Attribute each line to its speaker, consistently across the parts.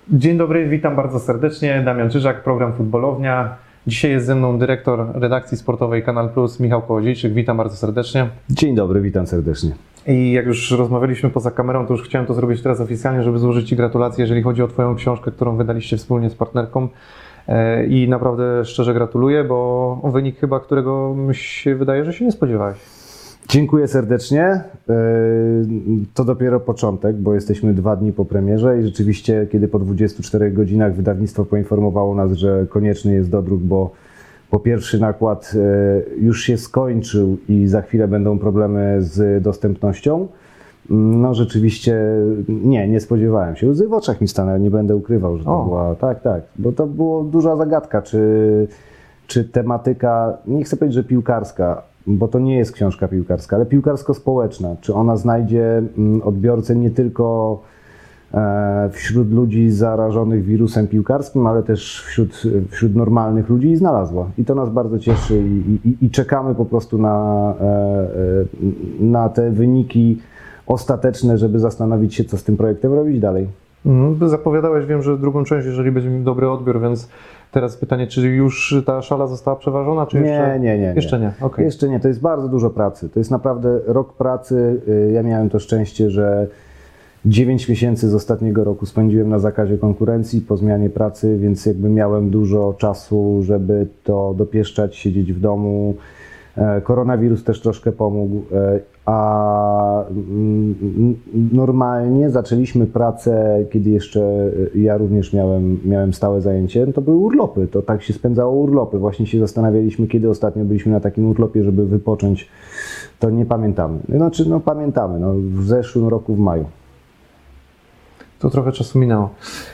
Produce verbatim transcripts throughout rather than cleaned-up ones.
Speaker 1: Dzień dobry, witam bardzo serdecznie. Damian Czyżak, program Futbolownia. Dzisiaj jest ze mną dyrektor redakcji sportowej Kanal Plus, Michał Kołodziejczyk. Witam bardzo serdecznie.
Speaker 2: Dzień dobry, witam serdecznie.
Speaker 1: I jak już rozmawialiśmy poza kamerą, to już chciałem to zrobić teraz oficjalnie, żeby złożyć Ci gratulacje, jeżeli chodzi o Twoją książkę, którą wydaliście wspólnie z partnerką. I naprawdę szczerze gratuluję, bo wynik chyba, którego mi się wydaje, że się nie spodziewałeś.
Speaker 2: Dziękuję serdecznie. To dopiero początek, bo jesteśmy dwa dni po premierze i rzeczywiście, kiedy po dwudziestu czterech godzinach wydawnictwo poinformowało nas, że konieczny jest dodruk, bo po pierwszy nakład już się skończył i za chwilę będą problemy z dostępnością, no rzeczywiście nie, nie spodziewałem się. Łzy w oczach mi stanęły, nie będę ukrywał, że to o. była, tak, tak, bo to była duża zagadka, czy, czy tematyka, nie chcę powiedzieć, że piłkarska, bo to nie jest książka piłkarska, ale piłkarsko-społeczna. Czy ona znajdzie odbiorcę nie tylko wśród ludzi zarażonych wirusem piłkarskim, ale też wśród, wśród normalnych ludzi i znalazła. I to nas bardzo cieszy i, i, i czekamy po prostu na, na te wyniki ostateczne, żeby zastanowić się, co z tym projektem robić dalej.
Speaker 1: Zapowiadałeś, wiem, że drugą część, jeżeli będzie mi dobry odbiór, więc teraz pytanie, czy już ta szala została przeważona, czy
Speaker 2: nie,
Speaker 1: jeszcze
Speaker 2: nie? Nie, nie.
Speaker 1: Jeszcze nie, okay.
Speaker 2: Jeszcze nie, to jest bardzo dużo pracy. To jest naprawdę rok pracy. Ja miałem to szczęście, że dziewięć miesięcy z ostatniego roku spędziłem na zakazie konkurencji po zmianie pracy, więc jakby miałem dużo czasu, żeby to dopieszczać, siedzieć w domu. Koronawirus też troszkę pomógł, a normalnie zaczęliśmy pracę, kiedy jeszcze ja również miałem, miałem stałe zajęcie, to były urlopy, to tak się spędzało urlopy. Właśnie się zastanawialiśmy, kiedy ostatnio byliśmy na takim urlopie, żeby wypocząć, to nie pamiętamy. Znaczy, no pamiętamy, no, w zeszłym roku w maju.
Speaker 1: To trochę czasu minęło.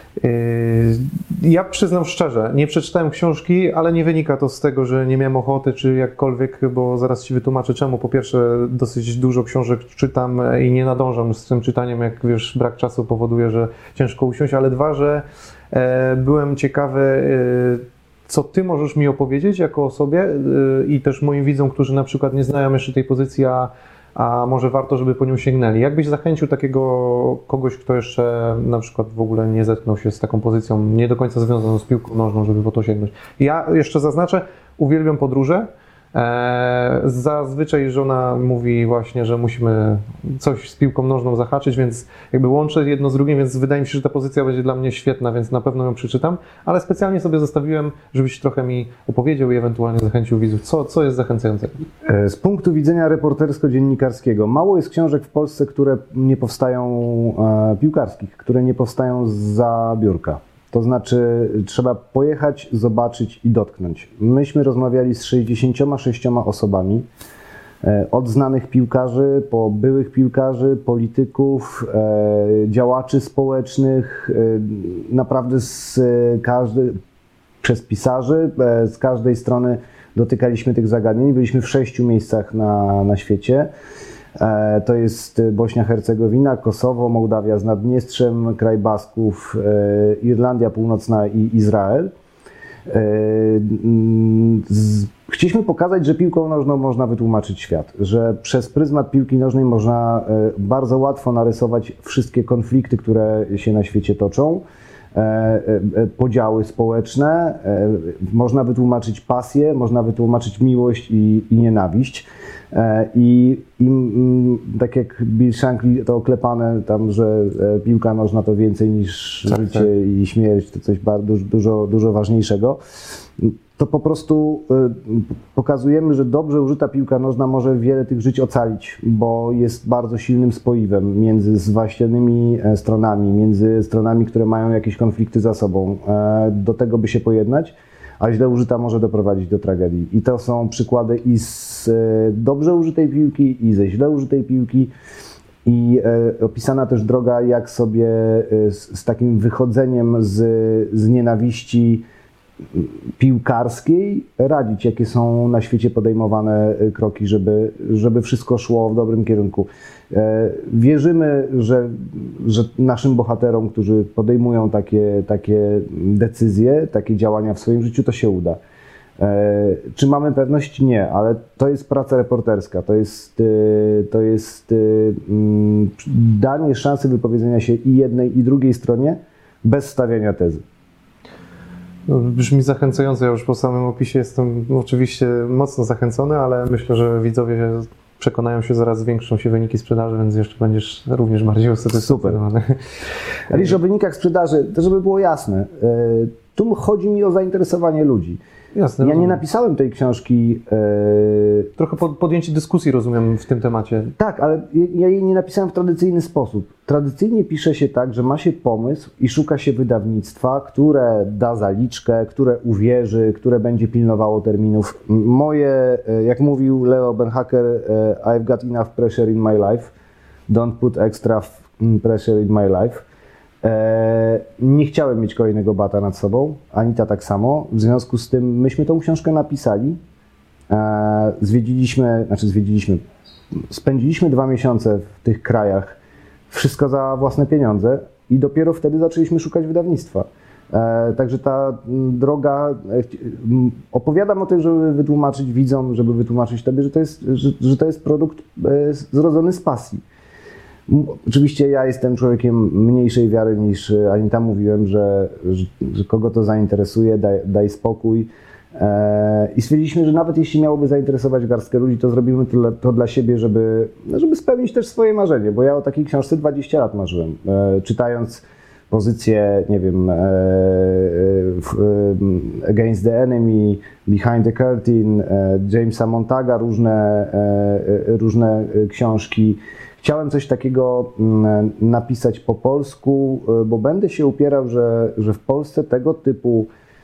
Speaker 1: Ja przyznam szczerze, nie przeczytałem książki, ale nie wynika to z tego, że nie miałem ochoty, czy jakkolwiek, bo zaraz Ci wytłumaczę czemu. Po pierwsze, dosyć dużo książek czytam i nie nadążam z tym czytaniem, jak wiesz, brak czasu powoduje, że ciężko usiąść, ale dwa, że byłem ciekawy, co Ty możesz mi opowiedzieć jako osobie i też moim widzom, którzy na przykład nie znają jeszcze tej pozycji, a a może warto, żeby po nią sięgnęli. Jak byś zachęcił takiego kogoś, kto jeszcze na przykład w ogóle nie zetknął się z taką pozycją, nie do końca związaną z piłką nożną, żeby po to sięgnąć? Ja jeszcze zaznaczę, uwielbiam podróże. Eee, zazwyczaj żona mówi właśnie, że musimy coś z piłką nożną zahaczyć, więc jakby łączę jedno z drugim, więc wydaje mi się, że ta pozycja będzie dla mnie świetna, więc na pewno ją przeczytam, ale specjalnie sobie zostawiłem, żebyś trochę mi opowiedział i ewentualnie zachęcił widzów, co, co jest zachęcającego.
Speaker 2: Z punktu widzenia reportersko-dziennikarskiego, mało jest książek w Polsce, które nie powstają e, piłkarskich, które nie powstają zza biurka. To znaczy trzeba pojechać, zobaczyć i dotknąć. Myśmy rozmawiali z sześćdziesięcioma sześcioma osobami, od znanych piłkarzy, po byłych piłkarzy, polityków, działaczy społecznych, naprawdę z każdej, przez pisarzy, z każdej strony dotykaliśmy tych zagadnień. Byliśmy w sześciu miejscach na, na świecie. To jest Bośnia-Hercegowina, Kosowo, Mołdawia z Naddniestrzem, kraj Basków, Irlandia Północna i Izrael. Chcieliśmy pokazać, że piłką nożną można wytłumaczyć świat, że przez pryzmat piłki nożnej można bardzo łatwo narysować wszystkie konflikty, które się na świecie toczą, podziały społeczne, można wytłumaczyć pasję, można wytłumaczyć miłość i, i nienawiść. I, I tak jak Bill Shankly to oklepane tam, że piłka nożna to więcej niż tak, życie tak. i śmierć, to coś bardzo, dużo, dużo ważniejszego, to po prostu pokazujemy, że dobrze użyta piłka nożna może wiele tych żyć ocalić, bo jest bardzo silnym spoiwem między zwaśnionymi stronami, między stronami, które mają jakieś konflikty za sobą. Do tego, by się pojednać, a źle użyta może doprowadzić do tragedii. I to są przykłady i z dobrze użytej piłki, i ze źle użytej piłki. I opisana też droga, jak sobie z, z takim wychodzeniem z, z nienawiści piłkarskiej radzić, jakie są na świecie podejmowane kroki, żeby, żeby wszystko szło w dobrym kierunku. Wierzymy, że, że naszym bohaterom, którzy podejmują takie, takie decyzje, takie działania w swoim życiu, to się uda. Czy mamy pewność? Nie, ale to jest praca reporterska, to jest, to jest danie szansy wypowiedzenia się i jednej, i drugiej stronie, bez stawiania tezy.
Speaker 1: No, brzmi zachęcająco, ja już po samym opisie jestem oczywiście mocno zachęcony, ale myślę, że widzowie przekonają się, zaraz zwiększą się wyniki sprzedaży, więc jeszcze będziesz również bardziej usatysfakcjonowany.
Speaker 2: Liczę o wynikach sprzedaży, to żeby było jasne, tu chodzi mi o zainteresowanie ludzi.
Speaker 1: Jasne,
Speaker 2: ja
Speaker 1: rozumiem.
Speaker 2: nie napisałem tej książki... Yy...
Speaker 1: Trochę pod, podjęcie dyskusji, rozumiem, w tym temacie.
Speaker 2: Tak, ale ja jej nie napisałem w tradycyjny sposób. Tradycyjnie pisze się tak, że ma się pomysł i szuka się wydawnictwa, które da zaliczkę, które uwierzy, które będzie pilnowało terminów. Moje, jak mówił Leo Beenhakker, I've got enough pressure in my life, don't put extra pressure in my life. Nie chciałem mieć kolejnego bata nad sobą, Anita tak samo. W związku z tym myśmy tą książkę napisali. Zwiedziliśmy, znaczy zwiedziliśmy, spędziliśmy dwa miesiące w tych krajach, wszystko za własne pieniądze i dopiero wtedy zaczęliśmy szukać wydawnictwa. Także ta droga, opowiadam o tym, żeby wytłumaczyć widzom, żeby wytłumaczyć tobie, że to jest, że, że to jest produkt zrodzony z pasji. Oczywiście ja jestem człowiekiem mniejszej wiary niż Anita, mówiłem, że, że, że kogo to zainteresuje, daj, daj spokój. I stwierdziliśmy, że nawet jeśli miałoby zainteresować garstkę ludzi, to zrobimy to, to dla siebie, żeby, żeby spełnić też swoje marzenie, bo ja o takiej książce dwadzieścia lat marzyłem. Czytając pozycje, nie wiem, Against the Enemy, Behind the Curtain, Jamesa Montaga, różne, różne książki. Chciałem coś takiego napisać po polsku, bo będę się upierał, że, że w Polsce tego typu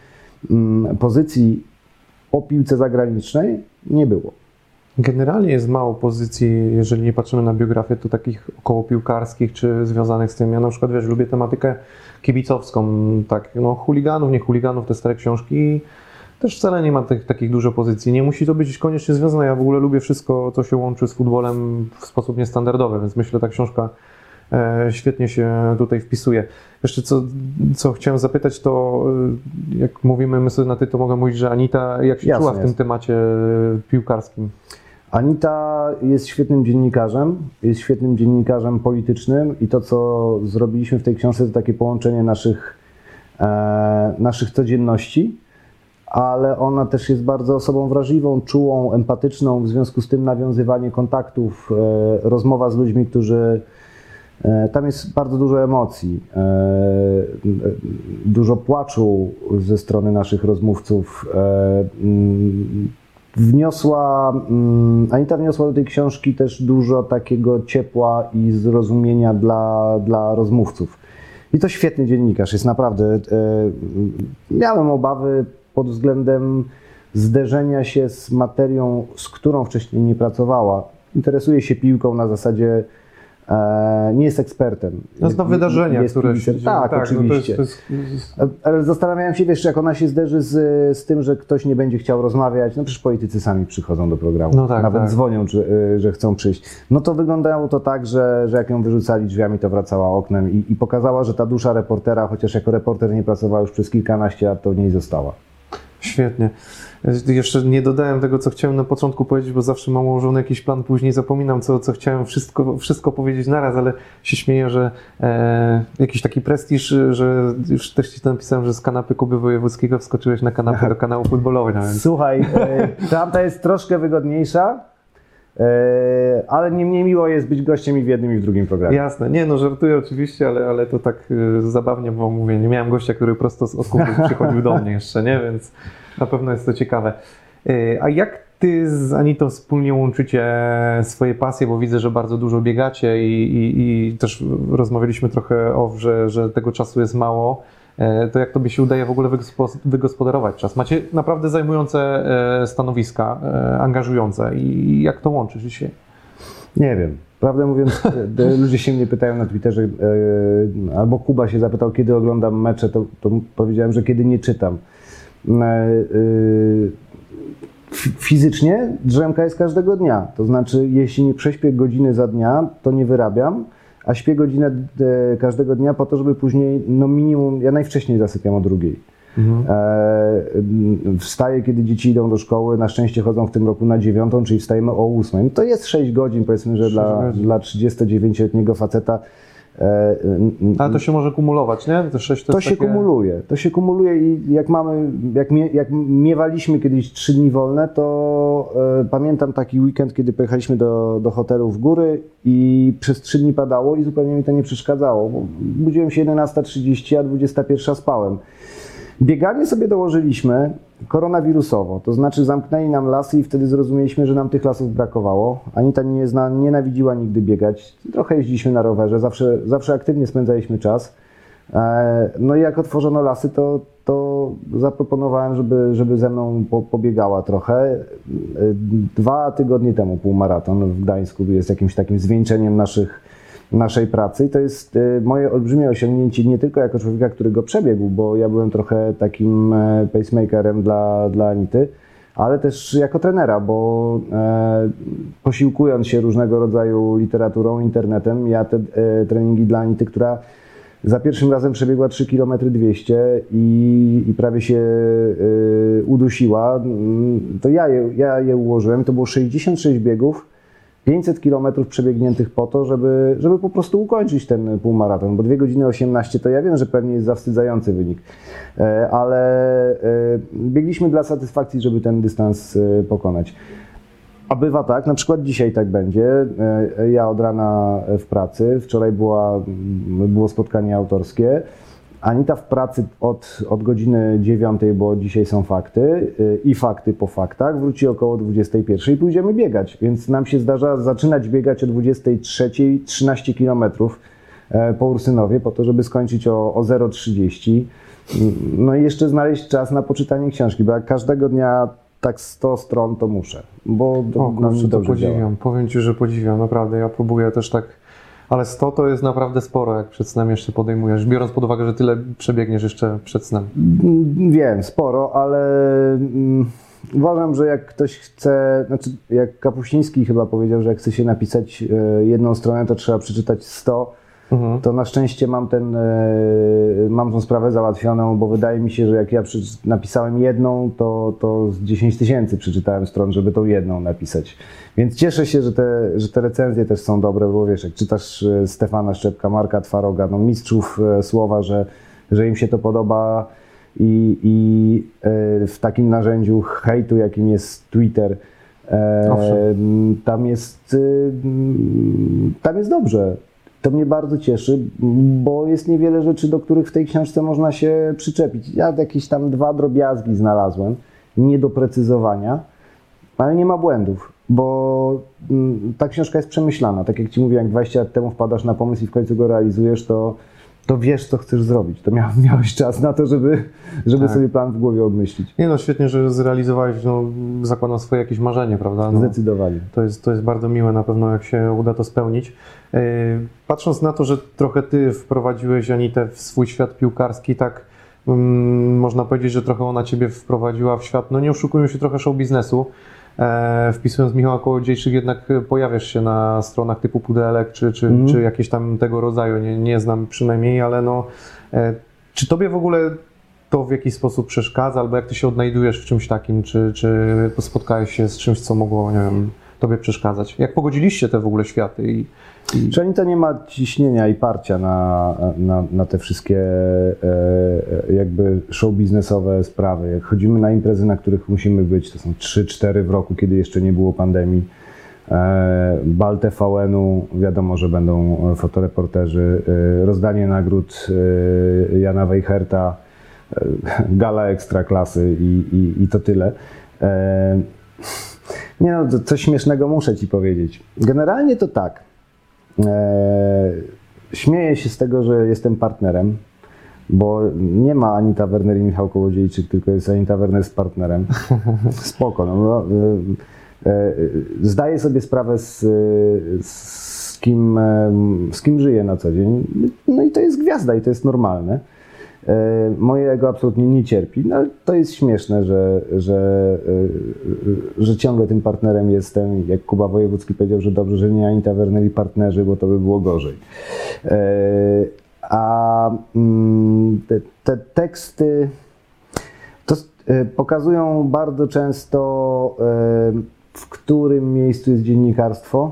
Speaker 2: pozycji o piłce zagranicznej nie było.
Speaker 1: Generalnie jest mało pozycji, jeżeli nie patrzymy na biografię, to takich około piłkarskich czy związanych z tym. Ja na przykład, wiesz, lubię tematykę kibicowską, tak, no chuliganów, nie chuliganów, te stare książki. Też wcale nie ma tych, takich dużo pozycji. Nie musi to być koniecznie związane. Ja w ogóle lubię wszystko, co się łączy z futbolem w sposób niestandardowy, więc myślę, że ta książka e, świetnie się tutaj wpisuje. Jeszcze co, co chciałem zapytać, to jak mówimy my sobie na ty, to mogę mówić, że Anita, jak się
Speaker 2: Jasne
Speaker 1: czuła w
Speaker 2: jest.
Speaker 1: tym temacie piłkarskim?
Speaker 2: Anita jest świetnym dziennikarzem, jest świetnym dziennikarzem politycznym i to, co zrobiliśmy w tej książce, to takie połączenie naszych, e, naszych codzienności, ale ona też jest bardzo osobą wrażliwą, czułą, empatyczną, w związku z tym nawiązywanie kontaktów, e, rozmowa z ludźmi, którzy... E, tam jest bardzo dużo emocji, e, e, dużo płaczu ze strony naszych rozmówców. E, m, wniosła, m, Anita wniosła do tej książki też dużo takiego ciepła i zrozumienia dla, dla rozmówców. I to świetny dziennikarz, jest naprawdę... E, miałem obawy pod względem zderzenia się z materią, z którą wcześniej nie pracowała. Interesuje się piłką na zasadzie, e, nie jest ekspertem.
Speaker 1: No zna wydarzenia,
Speaker 2: jest
Speaker 1: które
Speaker 2: kibicem.
Speaker 1: się dzieją.
Speaker 2: Tak,
Speaker 1: tak,
Speaker 2: oczywiście.
Speaker 1: No to jest, to jest, to jest...
Speaker 2: Ale zastanawiałem się, wiesz, jak ona się zderzy z, z tym, że ktoś nie będzie chciał rozmawiać. No przecież politycy sami przychodzą do programu.
Speaker 1: No tak,
Speaker 2: Nawet
Speaker 1: tak.
Speaker 2: dzwonią, czy, że chcą przyjść. No to wyglądało to tak, że, że jak ją wyrzucali drzwiami, to wracała oknem i, i pokazała, że ta dusza reportera, chociaż jako reporter nie pracowała już przez kilkanaście lat, to w niej została.
Speaker 1: Świetnie. Jeszcze nie dodałem tego, co chciałem na początku powiedzieć, bo zawsze mam ułożony jakiś plan, później zapominam, co, co chciałem wszystko, wszystko powiedzieć naraz, ale się śmieję, że e, jakiś taki prestiż, że już też ci to napisałem, że z kanapy Kuby Wojewódzkiego wskoczyłeś na kanapę do kanału futbolowego. Więc...
Speaker 2: Słuchaj, e, tamta jest troszkę wygodniejsza, e, ale nie mniej miło jest być gościem i w jednym i w drugim programie.
Speaker 1: Jasne, nie no, żartuję oczywiście, ale, ale to tak e, zabawnie, bo mówię, nie miałem gościa, który prosto z Kuby przychodził do mnie jeszcze, nie? Więc na pewno jest to ciekawe. E, a jak ty z Anitą wspólnie łączycie swoje pasje, bo widzę, że bardzo dużo biegacie i, i, i też rozmawialiśmy trochę o, że, że tego czasu jest mało. To jak tobie się udaje w ogóle wygospodarować czas? Macie naprawdę zajmujące stanowiska, angażujące i jak to łączysz dzisiaj?
Speaker 2: Nie wiem. Prawdę mówiąc, ludzie się mnie pytają na Twitterze, albo Kuba się zapytał, kiedy oglądam mecze, to, to powiedziałem, że kiedy nie czytam. Fizycznie drzemka jest każdego dnia. To znaczy, jeśli nie prześpię godziny za dnia, to nie wyrabiam, a śpię godzinę każdego dnia po to, żeby później, no minimum, ja najwcześniej zasypiam o drugiej. Mhm. E, wstaję, kiedy dzieci idą do szkoły, na szczęście chodzą w tym roku na dziewiątą, czyli wstajemy o ósmej. No to jest sześć godzin, powiedzmy, że dla, dla trzydziestodziewięcioletniego faceta
Speaker 1: Ale to się może kumulować, nie? To, sześć to,
Speaker 2: to
Speaker 1: jest
Speaker 2: się
Speaker 1: takie...
Speaker 2: kumuluje, to się kumuluje i jak mamy, jak, mie, jak miewaliśmy kiedyś trzy dni wolne, to e, pamiętam taki weekend, kiedy pojechaliśmy do, do hotelu w góry i przez trzy dni padało i zupełnie mi to nie przeszkadzało, bo budziłem się jedenasta trzydzieści, a dwudziesta pierwsza spałem. Bieganie sobie dołożyliśmy koronawirusowo, to znaczy zamknęli nam lasy i wtedy zrozumieliśmy, że nam tych lasów brakowało. Anita nie zna, nienawidziła nigdy biegać, trochę jeździliśmy na rowerze, zawsze, zawsze aktywnie spędzaliśmy czas. No i jak otworzono lasy, to, to zaproponowałem, żeby, żeby ze mną po, pobiegała trochę. Dwa tygodnie temu półmaraton w Gdańsku jest jakimś takim zwieńczeniem naszych naszej pracy i to jest moje olbrzymie osiągnięcie nie tylko jako człowieka, który go przebiegł, bo ja byłem trochę takim pacemakerem dla, dla Anity, ale też jako trenera, bo e, posiłkując się różnego rodzaju literaturą, internetem, ja te e, treningi dla Anity, która za pierwszym razem przebiegła trzy kilometry dwieście i, i prawie się e, udusiła, to ja je, ja je ułożyłem, to było sześćdziesiąt sześć biegów, pięćset kilometrów przebiegniętych po to, żeby, żeby po prostu ukończyć ten półmaraton, bo dwie godziny osiemnaście to ja wiem, że pewnie jest zawstydzający wynik, ale biegliśmy dla satysfakcji, żeby ten dystans pokonać. A bywa tak, na przykład dzisiaj tak będzie, ja od rana w pracy, wczoraj była, było spotkanie autorskie, Anita w pracy od, od godziny dziewiątej, bo dzisiaj są fakty i fakty po faktach, wróci około dwudziestej pierwszej i pójdziemy biegać. Więc nam się zdarza zaczynać biegać o dwudziestej trzeciej trzynaście kilometrów po Ursynowie, po to, żeby skończyć o, o zero trzydzieści. No i jeszcze znaleźć czas na poczytanie książki, bo jak każdego dnia tak sto stron to muszę, bo to,
Speaker 1: o, kurczę, to podziwiam.
Speaker 2: działa.
Speaker 1: Powiem Ci, że podziwiam, naprawdę. Ja próbuję też tak. Ale sto to jest naprawdę sporo, jak przed snem jeszcze podejmujesz, biorąc pod uwagę, że tyle przebiegniesz jeszcze przed snem.
Speaker 2: Wiem, sporo, ale mm, uważam, że jak ktoś chce, znaczy jak Kapuściński chyba powiedział, że jak chce się napisać e, jedną stronę, to trzeba przeczytać sto, mhm. to na szczęście mam ten, e, mam tą sprawę załatwioną, bo wydaje mi się, że jak ja przy, napisałem jedną, to, to z dziesięć tysięcy przeczytałem stron, żeby tą jedną napisać. Więc cieszę się, że te, że te recenzje też są dobre, bo wiesz, jak czytasz Stefana Szczepka, Marka Twaroga, no mistrzów słowa, że, że im się to podoba i, i w takim narzędziu hejtu, jakim jest Twitter, Owszem. tam jest, tam jest dobrze. To mnie bardzo cieszy, bo jest niewiele rzeczy, do których w tej książce można się przyczepić. Ja jakieś tam dwa drobiazgi znalazłem, niedoprecyzowania, ale nie ma błędów, bo ta książka jest przemyślana. Tak jak Ci mówię, jak dwadzieścia lat temu wpadasz na pomysł i w końcu go realizujesz, to, to wiesz, co chcesz zrobić. To miał, miałeś czas na to, żeby, żeby tak. sobie plan w głowie obmyślić.
Speaker 1: Nie no, świetnie, że zrealizowałeś, no, zakładam swoje jakieś marzenie, prawda? No,
Speaker 2: Zdecydowanie.
Speaker 1: To jest, to jest bardzo miłe na pewno, jak się uda to spełnić. Yy, patrząc na to, że trochę Ty wprowadziłeś Anitę w swój świat piłkarski, tak um, można powiedzieć, że trochę ona Ciebie wprowadziła w świat, no nie oszukujmy się, trochę show biznesu. E, wpisując Michała Kołodziejczyk, jednak pojawiasz się na stronach typu Pudelek, czy, czy, mm. czy jakieś tam tego rodzaju, nie, nie znam przynajmniej, ale no, e, czy Tobie w ogóle to w jakiś sposób przeszkadza, albo jak Ty się odnajdujesz w czymś takim, czy, czy spotkałeś się z czymś, co mogło, nie wiem, Tobie przeszkadzać? Jak pogodziliście te w ogóle światy? I, i...
Speaker 2: Czy Anita nie ma ciśnienia i parcia na, na, na te wszystkie e, jakby show biznesowe sprawy. Jak chodzimy na imprezy, na których musimy być, to są trzy cztery w roku, kiedy jeszcze nie było pandemii. E, Bal T V N-u, wiadomo, że będą fotoreporterzy, e, rozdanie nagród e, Jana Weicherta, e, gala ekstraklasy i, i, i to tyle. E, nie no, coś śmiesznego muszę Ci powiedzieć. Generalnie to tak. Eee, śmieję się z tego, że jestem partnerem, bo nie ma Anita Werner i Michał Kołodziejczyk, tylko jest Anita Werner z partnerem. Spoko. No, no, e, e, zdaję sobie sprawę z, z, kim, e, z kim żyję na co dzień. No i to jest gwiazda i to jest normalne. E, moje ego absolutnie nie cierpi, no, ale to jest śmieszne, że, że, e, że ciągle tym partnerem jestem. Jak Kuba Wojewódzki powiedział, że dobrze, że nie Anita Werner i partnerzy, bo to by było gorzej. E, a mm, te, te teksty to, e, pokazują bardzo często, e, w którym miejscu jest dziennikarstwo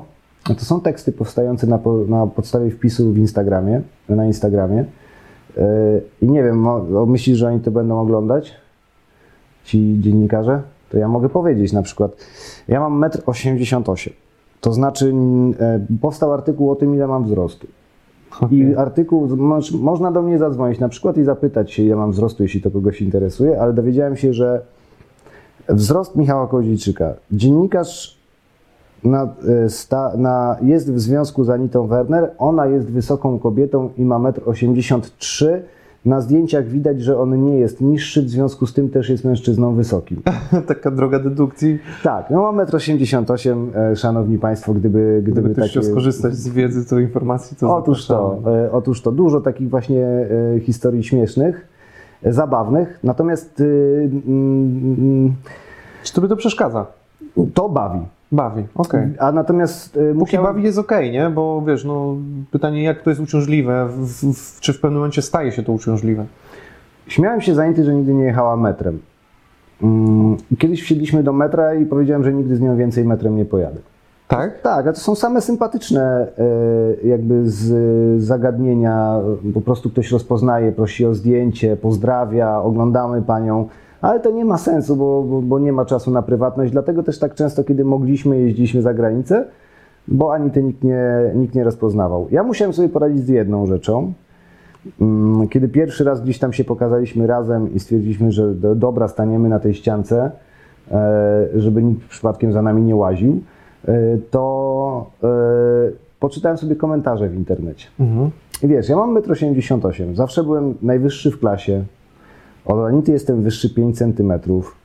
Speaker 2: To są teksty powstające na, po, na podstawie wpisu w Instagramie, na Instagramie. Yy, I nie wiem, o, myślisz, że oni to będą oglądać? Ci dziennikarze? To ja mogę powiedzieć na przykład, ja mam metr osiemdziesiąt osiem. To znaczy yy, powstał artykuł o tym, ile mam wzrostu. Okay. I artykuł, moż, można do mnie zadzwonić na przykład i zapytać się, ile mam wzrostu, jeśli to kogoś interesuje, ale dowiedziałem się, że wzrost Michała Koźliczyka. Dziennikarz na, sta, na, jest w związku z Anitą Werner, ona jest wysoką kobietą i ma metr osiemdziesiąt trzy. Na zdjęciach widać, że on nie jest niższy, w związku z tym też jest mężczyzną wysokim.
Speaker 1: Taka droga dedukcji.
Speaker 2: Tak, no mam metr osiemdziesiąt osiem, szanowni państwo, gdyby... Gdyby,
Speaker 1: gdyby ktoś
Speaker 2: takie...
Speaker 1: chciał skorzystać z wiedzy, z tej informacji, to
Speaker 2: otóż to, otóż to, dużo takich właśnie historii śmiesznych, zabawnych, natomiast... Yy,
Speaker 1: Czy tobie to przeszkadza?
Speaker 2: To bawi.
Speaker 1: Bawi, okej. Okay.
Speaker 2: A natomiast... Yy,
Speaker 1: Póki
Speaker 2: musiałem...
Speaker 1: bawi jest okej, okay, nie? Bo wiesz, no pytanie, jak to jest uciążliwe, w, w, czy w pewnym momencie staje się to uciążliwe?
Speaker 2: Śmiałem się z Anity, że nigdy nie jechała metrem. Kiedyś wsiedliśmy do metra i powiedziałem, że nigdy z nią więcej metrem nie pojadę.
Speaker 1: Tak?
Speaker 2: Tak, a to są same sympatyczne jakby z zagadnienia. Po prostu ktoś rozpoznaje, prosi o zdjęcie, pozdrawia, oglądamy panią, ale to nie ma sensu, bo, bo, bo nie ma czasu na prywatność. Dlatego też tak często, kiedy mogliśmy, jeździliśmy za granicę, bo Anity nikt nie, nikt nie rozpoznawał. Ja musiałem sobie poradzić z jedną rzeczą. Kiedy pierwszy raz gdzieś tam się pokazaliśmy razem i stwierdziliśmy, że do, dobra, staniemy na tej ściance, żeby nikt przypadkiem za nami nie łaził, to poczytałem sobie komentarze w internecie. Mhm. I wiesz, ja mam metr osiemdziesiąt osiem, zawsze byłem najwyższy w klasie, od Anity jestem wyższy pięć centymetrów.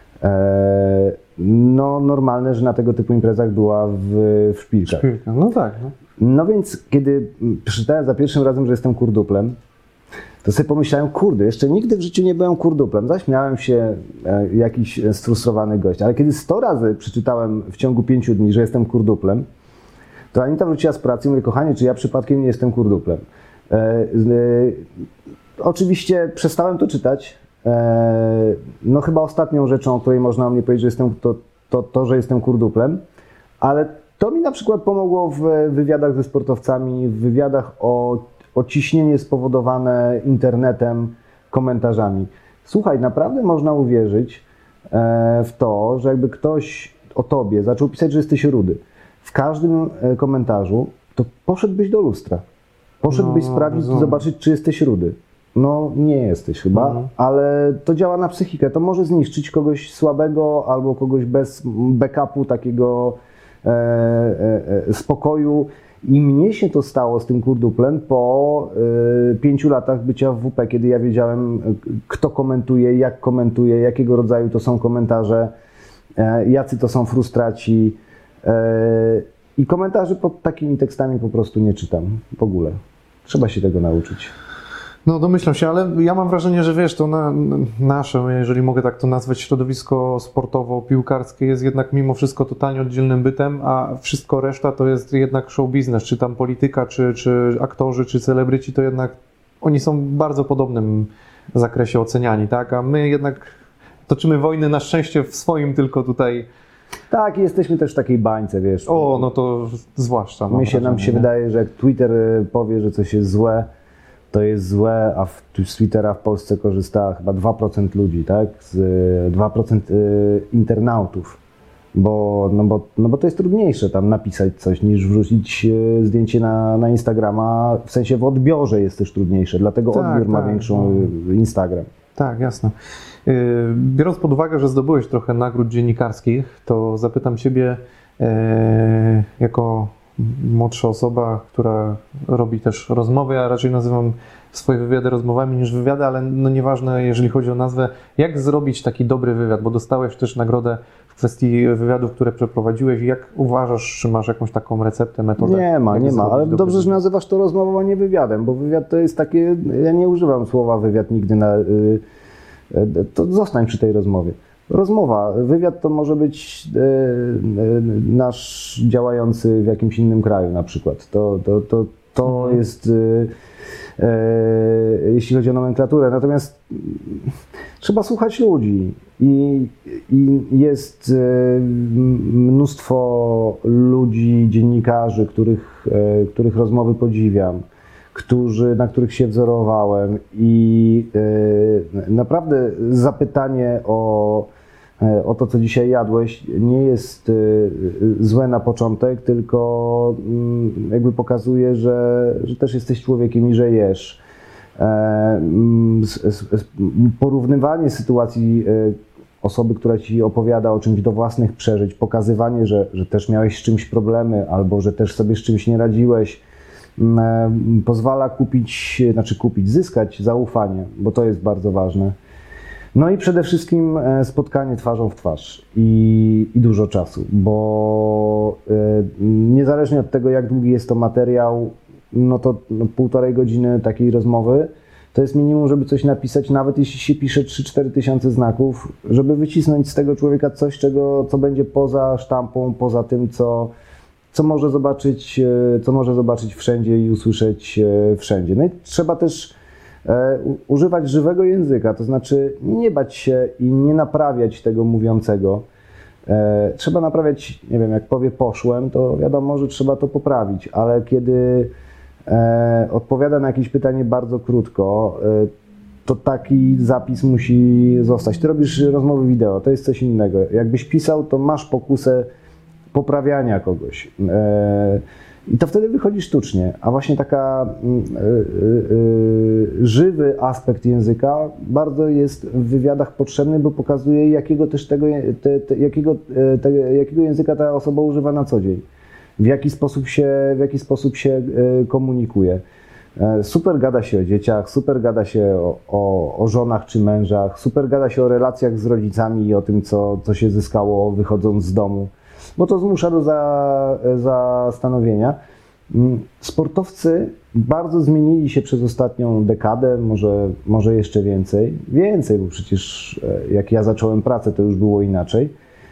Speaker 2: No normalne, że na tego typu imprezach była w, w szpilkach.
Speaker 1: Szpilka, no tak. No.
Speaker 2: No więc, kiedy przeczytałem za pierwszym razem, że jestem kurduplem, to sobie pomyślałem, kurde, jeszcze nigdy w życiu nie byłem kurduplem. Zaśmiałem się, e, jakiś sfrustrowany gość. Ale kiedy sto razy przeczytałem w ciągu pięciu dni, że jestem kurduplem, to Anita wróciła z pracy i mówi, kochanie, czy ja przypadkiem nie jestem kurduplem? E, e, oczywiście przestałem to czytać. E, no chyba ostatnią rzeczą, o której można o mnie powiedzieć, że jestem, to, to, to, że jestem kurduplem, ale to mi na przykład pomogło w wywiadach ze sportowcami, w wywiadach o, o ciśnienie spowodowane internetem, komentarzami. Słuchaj, naprawdę można uwierzyć w to, że jakby ktoś o tobie zaczął pisać, że jesteś rudy. W każdym komentarzu to poszedłbyś do lustra. Poszedłbyś no, sprawdzić, rozumiem. Zobaczyć, czy jesteś rudy. No nie jesteś chyba, mhm. ale to działa na psychikę. To może zniszczyć kogoś słabego albo kogoś bez backupu takiego E, e, spokoju i mnie się to stało z tym kurduplem po e, pięciu latach bycia w W P, kiedy ja wiedziałem, kto komentuje, jak komentuje, jakiego rodzaju to są komentarze, e, jacy to są frustraci e, i komentarzy pod takimi tekstami po prostu nie czytam w ogóle. Trzeba się tego nauczyć.
Speaker 1: No domyślam się, ale ja mam wrażenie, że wiesz, to na, nasze, jeżeli mogę tak to nazwać, środowisko sportowo-piłkarskie jest jednak mimo wszystko totalnie oddzielnym bytem, a wszystko reszta to jest jednak show biznes, czy tam polityka, czy, czy aktorzy, czy celebryci, to jednak oni są w bardzo podobnym zakresie oceniani, tak? A my jednak toczymy wojny na szczęście w swoim tylko tutaj.
Speaker 2: Tak, jesteśmy też w takiej bańce, wiesz.
Speaker 1: O, no to zwłaszcza.
Speaker 2: My się, nam się nie? wydaje, że jak Twitter powie, że coś jest złe, to jest złe, a w, z Twittera w Polsce korzysta chyba dwa procent ludzi, tak? Z, dwa procent internautów, bo, no, bo, no bo to jest trudniejsze tam napisać coś niż wrzucić zdjęcie na, na Instagrama, w sensie w odbiorze jest też trudniejsze, dlatego tak, odbiór tak, ma większą no. Instagram.
Speaker 1: Tak, jasne. Biorąc pod uwagę, że zdobyłeś trochę nagród dziennikarskich, to zapytam Ciebie e, jako młodsza osoba, która robi też rozmowy, ja raczej nazywam swoje wywiady rozmowami niż wywiady, ale no nieważne, jeżeli chodzi o nazwę, jak zrobić taki dobry wywiad, bo dostałeś też nagrodę w kwestii wywiadów, które przeprowadziłeś. Jak uważasz, czy masz jakąś taką receptę, metodę?
Speaker 2: Nie ma, nie ma, ale dobrze, że nazywasz to rozmową, a nie wywiadem, bo wywiad to jest takie, ja nie używam słowa wywiad nigdy na, to zostań przy tej rozmowie. Rozmowa, wywiad to może być e, e, nasz działający w jakimś innym kraju na przykład. To, to, to, to mhm. jest jeśli chodzi o nomenklaturę. Natomiast trzeba słuchać ludzi i, i jest mnóstwo ludzi, dziennikarzy, których, których rozmowy podziwiam, którzy, na których się wzorowałem i naprawdę zapytanie o, o to, co dzisiaj jadłeś, nie jest złe na początek, tylko jakby pokazuje, że, że też jesteś człowiekiem i że jesz. Porównywanie sytuacji osoby, która ci opowiada o czymś do własnych przeżyć, pokazywanie, że, że też miałeś z czymś problemy albo że też sobie z czymś nie radziłeś, pozwala kupić, znaczy kupić, zyskać zaufanie, bo to jest bardzo ważne. No i przede wszystkim spotkanie twarzą w twarz i, i dużo czasu, bo niezależnie od tego, jak długi jest to materiał, no to no, półtorej godziny takiej rozmowy to jest minimum, żeby coś napisać, nawet jeśli się pisze trzy cztery tysiące znaków, żeby wycisnąć z tego człowieka coś, czego, co będzie poza sztampą, poza tym, co, co, może zobaczyć, co może zobaczyć wszędzie i usłyszeć wszędzie. No i trzeba też e, używać żywego języka, to znaczy nie bać się i nie naprawiać tego mówiącego. E, trzeba naprawiać, nie wiem, jak powie poszłem, to wiadomo, że trzeba to poprawić, ale kiedy e, odpowiada na jakieś pytanie bardzo krótko, e, to taki zapis musi zostać. Ty robisz rozmowy wideo, to jest coś innego. Jakbyś pisał, to masz pokusę poprawiania kogoś. E, I to wtedy wychodzi sztucznie, a właśnie taka y, y, y, żywy aspekt języka bardzo jest w wywiadach potrzebny, bo pokazuje, jakiego też tego, te, te, jakiego, te, jakiego języka ta osoba używa na co dzień, w jaki sposób się, w jaki sposób się komunikuje. Super gada się o dzieciach, super gada się o, o, o żonach czy mężach, super gada się o relacjach z rodzicami i o tym, co, co się zyskało wychodząc z domu, bo to zmusza do za, zastanowienia. Sportowcy bardzo zmienili się przez ostatnią dekadę, może, może jeszcze więcej. Więcej, bo przecież jak ja zacząłem pracę, to już było inaczej.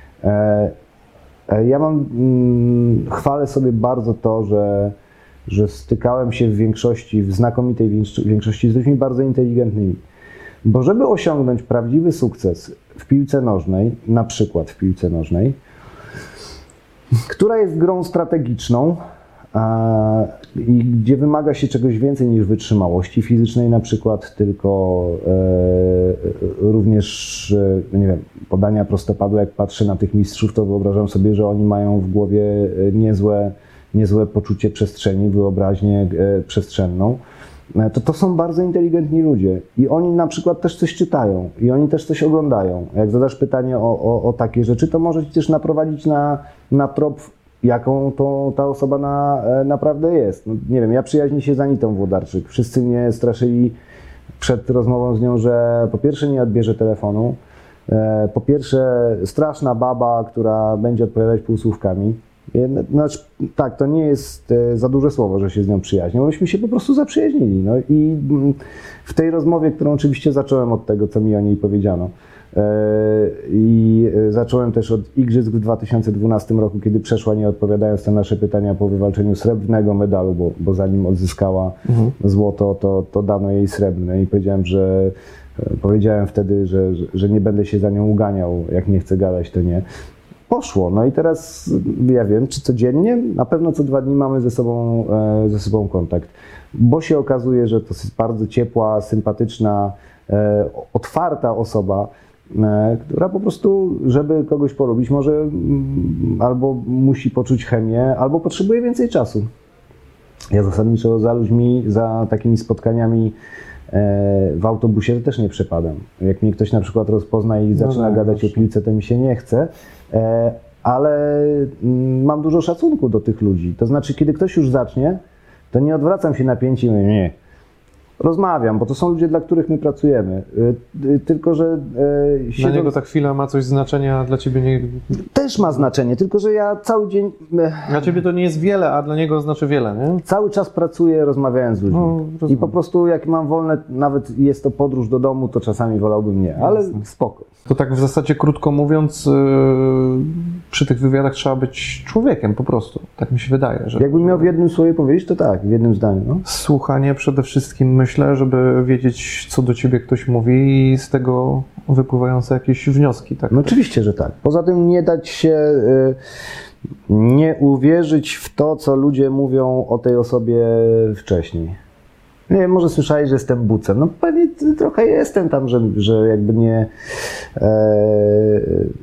Speaker 2: Ja mam, chwalę sobie bardzo to, że, że stykałem się w większości, w znakomitej większości z ludźmi bardzo inteligentnymi. Bo żeby osiągnąć prawdziwy sukces w piłce nożnej, na przykład w piłce nożnej, która jest grą strategiczną a, i gdzie wymaga się czegoś więcej niż wytrzymałości fizycznej na przykład, tylko e, również, e, nie wiem, podania prostopadłe, jak patrzę na tych mistrzów, to wyobrażam sobie, że oni mają w głowie niezłe, niezłe poczucie przestrzeni, wyobraźnię e, przestrzenną. To to są bardzo inteligentni ludzie i oni na przykład też coś czytają i oni też coś oglądają. Jak zadasz pytanie o, o, o takie rzeczy, to może ci też naprowadzić na, na trop, jaką to ta osoba na, naprawdę jest. No, nie wiem, ja przyjaźnię się z Anitą Włodarczyk. Wszyscy mnie straszyli przed rozmową z nią, że po pierwsze nie odbierze telefonu, po pierwsze straszna baba, która będzie odpowiadać półsłówkami. Znaczy, tak, to nie jest za duże słowo, że się z nią przyjaźnią, myśmy się po prostu zaprzyjaźnili. No i w tej rozmowie, którą oczywiście zacząłem od tego, co mi o niej powiedziano, i zacząłem też od Igrzysk w dwa tysiące dwunastym roku, kiedy przeszła, nie odpowiadając na nasze pytania, po wywalczeniu srebrnego medalu, bo, bo zanim odzyskała mhm. złoto, to, to dano jej srebrne i powiedziałem, że powiedziałem wtedy, że, że, że nie będę się za nią uganiał, jak nie chcę gadać, to nie. Poszło. No i teraz ja wiem, czy codziennie, na pewno co dwa dni mamy ze sobą, ze sobą kontakt, bo się okazuje, że to jest bardzo ciepła, sympatyczna, otwarta osoba, która po prostu, żeby kogoś polubić, może albo musi poczuć chemię, albo potrzebuje więcej czasu. Ja zasadniczo za ludźmi, za takimi spotkaniami w autobusie też nie przepadam. Jak mnie ktoś na przykład rozpozna i zaczyna no, gadać o piłce, to mi się nie chce, ale mam dużo szacunku do tych ludzi. To znaczy, kiedy ktoś już zacznie, to nie odwracam się na pięć i mówię, nie. Rozmawiam, bo to są ludzie, dla których my pracujemy. Tylko, że...
Speaker 1: Siedząc... Dla niego ta chwila ma coś znaczenia, a dla ciebie nie...
Speaker 2: Też ma znaczenie, tylko że ja cały dzień...
Speaker 1: Dla ciebie to nie jest wiele, a dla niego znaczy wiele, nie?
Speaker 2: Cały czas pracuję, rozmawiając z ludźmi. No, I po prostu jak mam wolne, nawet jest to podróż do domu, to czasami wolałbym nie, ale Jasne. Spoko.
Speaker 1: To tak w zasadzie krótko mówiąc, yy, przy tych wywiadach trzeba być człowiekiem po prostu. Tak mi się wydaje. Że...
Speaker 2: Jakbym miał w jednym słowie powiedzieć, to tak, w jednym zdaniu. No.
Speaker 1: Słuchanie przede wszystkim, myślę, żeby wiedzieć, co do ciebie ktoś mówi i z tego wypływające jakieś wnioski. Tak?
Speaker 2: No oczywiście, że tak. Poza tym nie dać się... Yy, nie uwierzyć w to, co ludzie mówią o tej osobie wcześniej. Nie wiem, może słyszałeś, że jestem bucem. No pewnie trochę jestem tam, że, że jakby nie, e,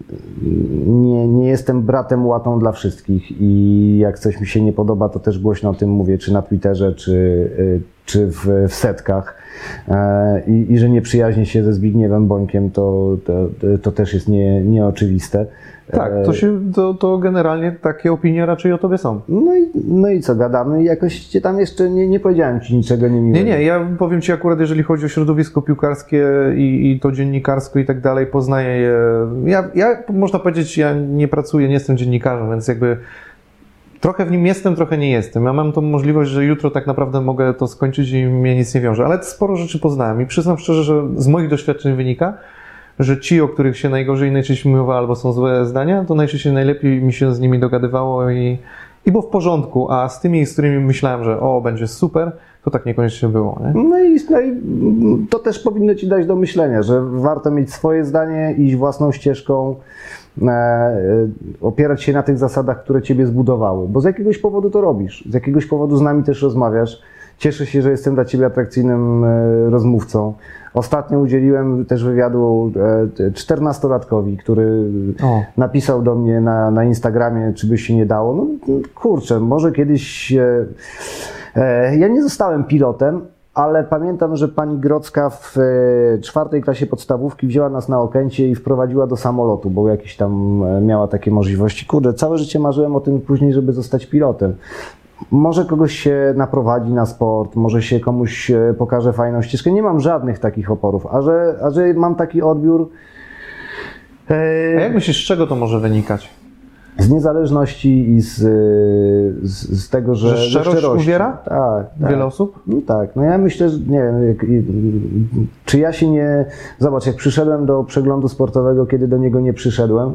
Speaker 2: nie, nie jestem bratem łatą dla wszystkich i jak coś mi się nie podoba, to też głośno o tym mówię, czy na Twitterze, czy, czy w, w setkach. E, i, I że nie przyjaźnię się ze Zbigniewem Bońkiem, to, to, to też jest nie, nieoczywiste.
Speaker 1: Tak, to, się, to, to generalnie takie opinie raczej o tobie są.
Speaker 2: No i, no i co, gadamy? Jakoś cię tam jeszcze nie, nie powiedziałem ci niczego niemiłego.
Speaker 1: Nie, nie, ja powiem ci akurat, jeżeli chodzi o środowisko piłkarskie i, i to dziennikarsko i tak dalej, poznaję je. Ja, ja, można powiedzieć, ja nie pracuję, nie jestem dziennikarzem, więc jakby trochę w nim jestem, trochę nie jestem. Ja mam tą możliwość, że jutro tak naprawdę mogę to skończyć i mnie nic nie wiąże, ale sporo rzeczy poznałem i przyznam szczerze, że z moich doświadczeń wynika, że ci, o których się najgorzej najczęściej mówiło albo są złe zdania, to najczęściej najlepiej mi się z nimi dogadywało i, i było w porządku, a z tymi, z którymi myślałem, że o, będzie super, to tak niekoniecznie było. Nie?
Speaker 2: No, i, no i to też powinno ci dać do myślenia, że warto mieć swoje zdanie, iść własną ścieżką, e, opierać się na tych zasadach, które ciebie zbudowały, bo z jakiegoś powodu to robisz, z jakiegoś powodu z nami też rozmawiasz. Cieszę się, że jestem dla ciebie atrakcyjnym e, rozmówcą. Ostatnio udzieliłem też wywiadu czternastolatkowi, który o. napisał do mnie na, na Instagramie, czy by się nie dało. No kurczę, może kiedyś... E, e, ja nie zostałem pilotem, ale pamiętam, że pani Grodzka w e, czwartej klasie podstawówki wzięła nas na Okęcie i wprowadziła do samolotu, bo jakieś tam e, miała takie możliwości. Kurde, całe życie marzyłem o tym później, żeby zostać pilotem. Może kogoś się naprowadzi na sport, może się komuś pokaże fajną ścieżkę. Nie mam żadnych takich oporów, a że, a że mam taki odbiór...
Speaker 1: E... A jak myślisz, z czego to może wynikać?
Speaker 2: Z niezależności i z, z, z tego, że...
Speaker 1: Że szczerość
Speaker 2: szczerości.
Speaker 1: Uwiera?
Speaker 2: Tak, tak.
Speaker 1: Wiele osób?
Speaker 2: No tak. No ja myślę, że nie wiem, jak, czy ja się nie... Zobacz, jak przyszedłem do przeglądu sportowego, kiedy do niego nie przyszedłem,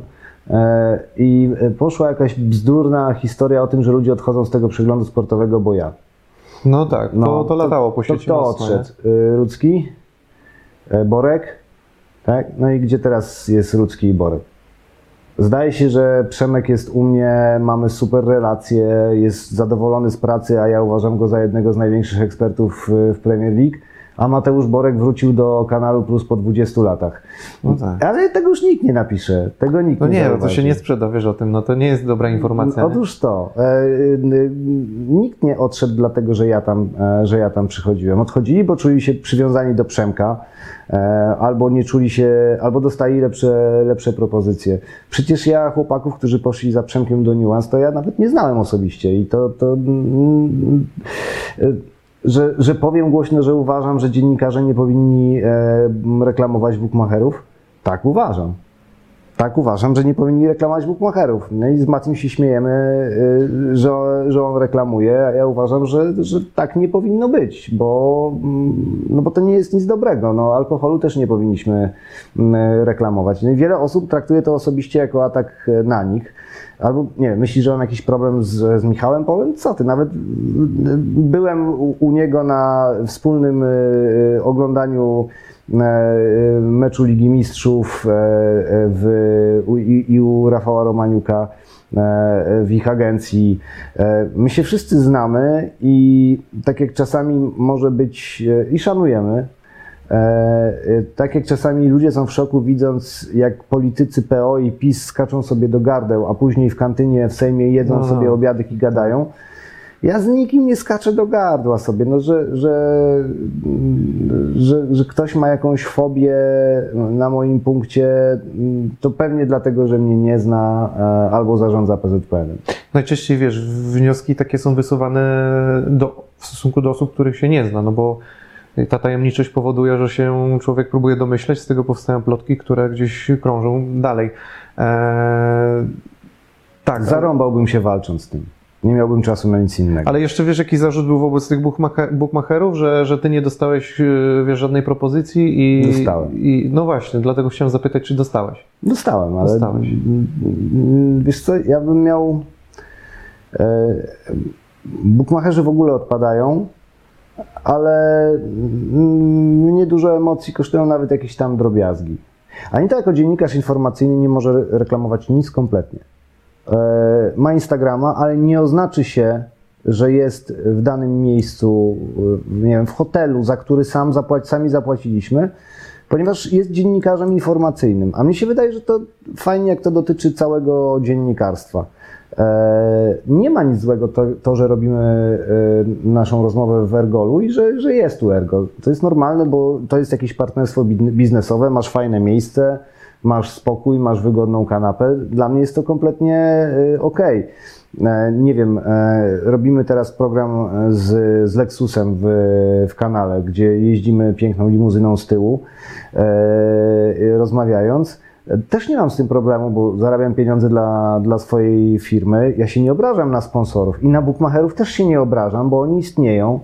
Speaker 2: i poszła jakaś bzdurna historia o tym, że ludzie odchodzą z tego przeglądu sportowego, bo ja.
Speaker 1: No tak, to, no, to latało po sieci.
Speaker 2: To kto odszedł? Rudzki? Borek? Tak? No i gdzie teraz jest Rudzki i Borek? Zdaje się, że Przemek jest u mnie, mamy super relacje, jest zadowolony z pracy, a ja uważam go za jednego z największych ekspertów w Premier League. A Mateusz Borek wrócił do Kanalu Plus po dwudziestu latach. No tak. Ale tego już nikt nie napisze. Tego nikt
Speaker 1: no
Speaker 2: nie
Speaker 1: nie, no to się nie sprzeda, wiesz o tym, no to nie jest dobra informacja.
Speaker 2: Otóż to. E, nikt nie odszedł dlatego, że ja, tam, e, że ja tam przychodziłem. Odchodzili, bo czuli się przywiązani do Przemka, e, albo nie czuli się, albo dostali lepsze, lepsze propozycje. Przecież ja chłopaków, którzy poszli za Przemkiem do Nuance, to ja nawet nie znałem osobiście i to... to mm, e, Że, że powiem głośno, że uważam, że dziennikarze nie powinni e, reklamować bookmacherów? Tak uważam. Tak uważam, że nie powinni reklamować bookmacherów. No i z Maciem się śmiejemy, e, że, że on reklamuje, a ja uważam, że, że tak nie powinno być, bo, no bo to nie jest nic dobrego. No, alkoholu też nie powinniśmy reklamować. No i wiele osób traktuje to osobiście jako atak na nich. Albo, nie wiem, myślisz, że mam jakiś problem z, z Michałem Połem? Co ty, nawet byłem u, u niego na wspólnym y, oglądaniu y, meczu Ligi Mistrzów y, w, u, i, i u Rafała Romaniuka y, w ich agencji. Y, my się wszyscy znamy i tak jak czasami może być, y, i szanujemy, E, tak jak czasami ludzie są w szoku, widząc jak politycy P O i PiS skaczą sobie do gardeł, a później w kantynie w Sejmie jedzą no, sobie obiadek i gadają. Ja z nikim nie skaczę do gardła sobie, no, że, że, że, że ktoś ma jakąś fobię na moim punkcie, to pewnie dlatego, że mnie nie zna albo zarządza P Z P N-em.
Speaker 1: Najczęściej, wiesz, wnioski takie są wysuwane do, w stosunku do osób, których się nie zna, no bo I ta tajemniczość powoduje, że się człowiek próbuje domyśleć, z tego powstają plotki, które gdzieś krążą dalej. Eee, tak.
Speaker 2: Zarąbałbym się walcząc z tym. Nie miałbym czasu na nic innego.
Speaker 1: Ale jeszcze wiesz, jaki zarzut był wobec tych bookmacher- bookmacherów, że, że ty nie dostałeś wiesz, żadnej propozycji i...
Speaker 2: Dostałem.
Speaker 1: I, no właśnie, dlatego chciałem zapytać, czy dostałeś?
Speaker 2: Dostałem, ale
Speaker 1: Dostałeś.
Speaker 2: wiesz co, ja bym miał... E, bookmacherzy w ogóle odpadają, ale mnie dużo emocji kosztują nawet jakieś tam drobiazgi. Anita jako dziennikarz informacyjny nie może reklamować nic kompletnie. Ma Instagrama, ale nie oznaczy się, że jest w danym miejscu, nie wiem, w hotelu, za który sam zapłaci, sami zapłaciliśmy, ponieważ jest dziennikarzem informacyjnym. A mnie się wydaje, że to fajnie, jak to dotyczy całego dziennikarstwa. Nie ma nic złego to, to że robimy naszą rozmowę w Ergolu i że, że jest tu Ergol. To jest normalne, bo to jest jakieś partnerstwo biznesowe, masz fajne miejsce, masz spokój, masz wygodną kanapę. Dla mnie jest to kompletnie okej. Nie wiem, robimy teraz program z, z Lexusem w, w kanale, gdzie jeździmy piękną limuzyną z tyłu, rozmawiając. Też nie mam z tym problemu, bo zarabiam pieniądze dla, dla swojej firmy. Ja się nie obrażam na sponsorów i na bookmacherów też się nie obrażam, bo oni istnieją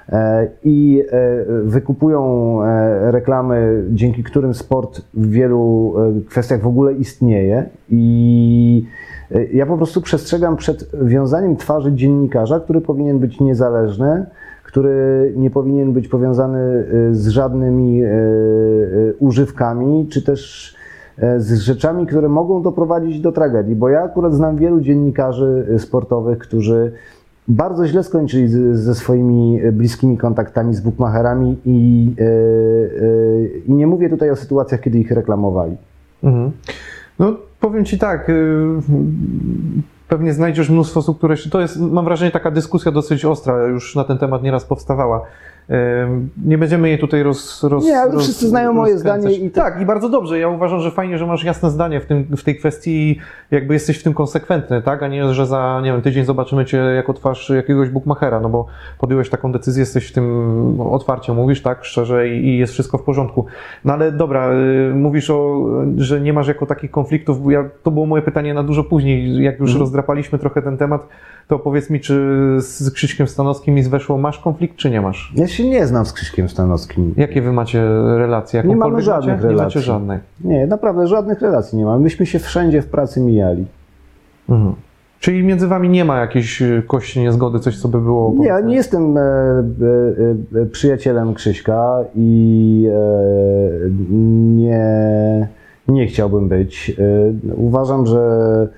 Speaker 2: i wykupują reklamy, dzięki którym sport w wielu kwestiach w ogóle istnieje. I ja po prostu przestrzegam przed wiązaniem twarzy dziennikarza, który powinien być niezależny, który nie powinien być powiązany z żadnymi używkami, czy też z rzeczami, które mogą doprowadzić do tragedii, bo ja akurat znam wielu dziennikarzy sportowych, którzy bardzo źle skończyli z, ze swoimi bliskimi kontaktami z bookmacherami i, yy, yy, i nie mówię tutaj o sytuacjach, kiedy ich reklamowali.
Speaker 1: Mhm. No powiem Ci tak, yy, pewnie znajdziesz mnóstwo osób, które się, to jest, mam wrażenie, taka dyskusja dosyć ostra, już na ten temat nieraz powstawała. Nie będziemy jej tutaj roz... roz
Speaker 2: nie, ale
Speaker 1: roz,
Speaker 2: wszyscy znają moje zdanie. I
Speaker 1: tak... tak, i bardzo dobrze. Ja uważam, że fajnie, że masz jasne zdanie w, tym, w tej kwestii i jakby jesteś w tym konsekwentny, tak? A nie, że za, nie wiem, tydzień zobaczymy Cię jako twarz jakiegoś bookmachera, no bo podjąłeś taką decyzję, jesteś w tym otwarcie, mówisz, tak, szczerze i, i jest wszystko w porządku. No ale dobra, mówisz o, że nie masz jako takich konfliktów. Ja, to było moje pytanie na dużo później, jak już mm. rozdrapaliśmy trochę ten temat, to powiedz mi, czy z Krzyśkiem Stanowskim i z Weszło masz konflikt, czy nie masz?
Speaker 2: Ja się nie znam z Krzyśkiem Stanowskim.
Speaker 1: Jakie wy macie relacje?
Speaker 2: Nie mamy żadnych
Speaker 1: macie?
Speaker 2: relacji.
Speaker 1: Nie macie żadnej?
Speaker 2: Nie, naprawdę żadnych relacji nie mamy. Myśmy się wszędzie w pracy mijali.
Speaker 1: Mhm. Czyli między wami nie ma jakiejś kości niezgody, coś co by było...
Speaker 2: Nie, ja nie jestem e, e, e, przyjacielem Krzyśka i e, nie, nie chciałbym być. E, uważam, że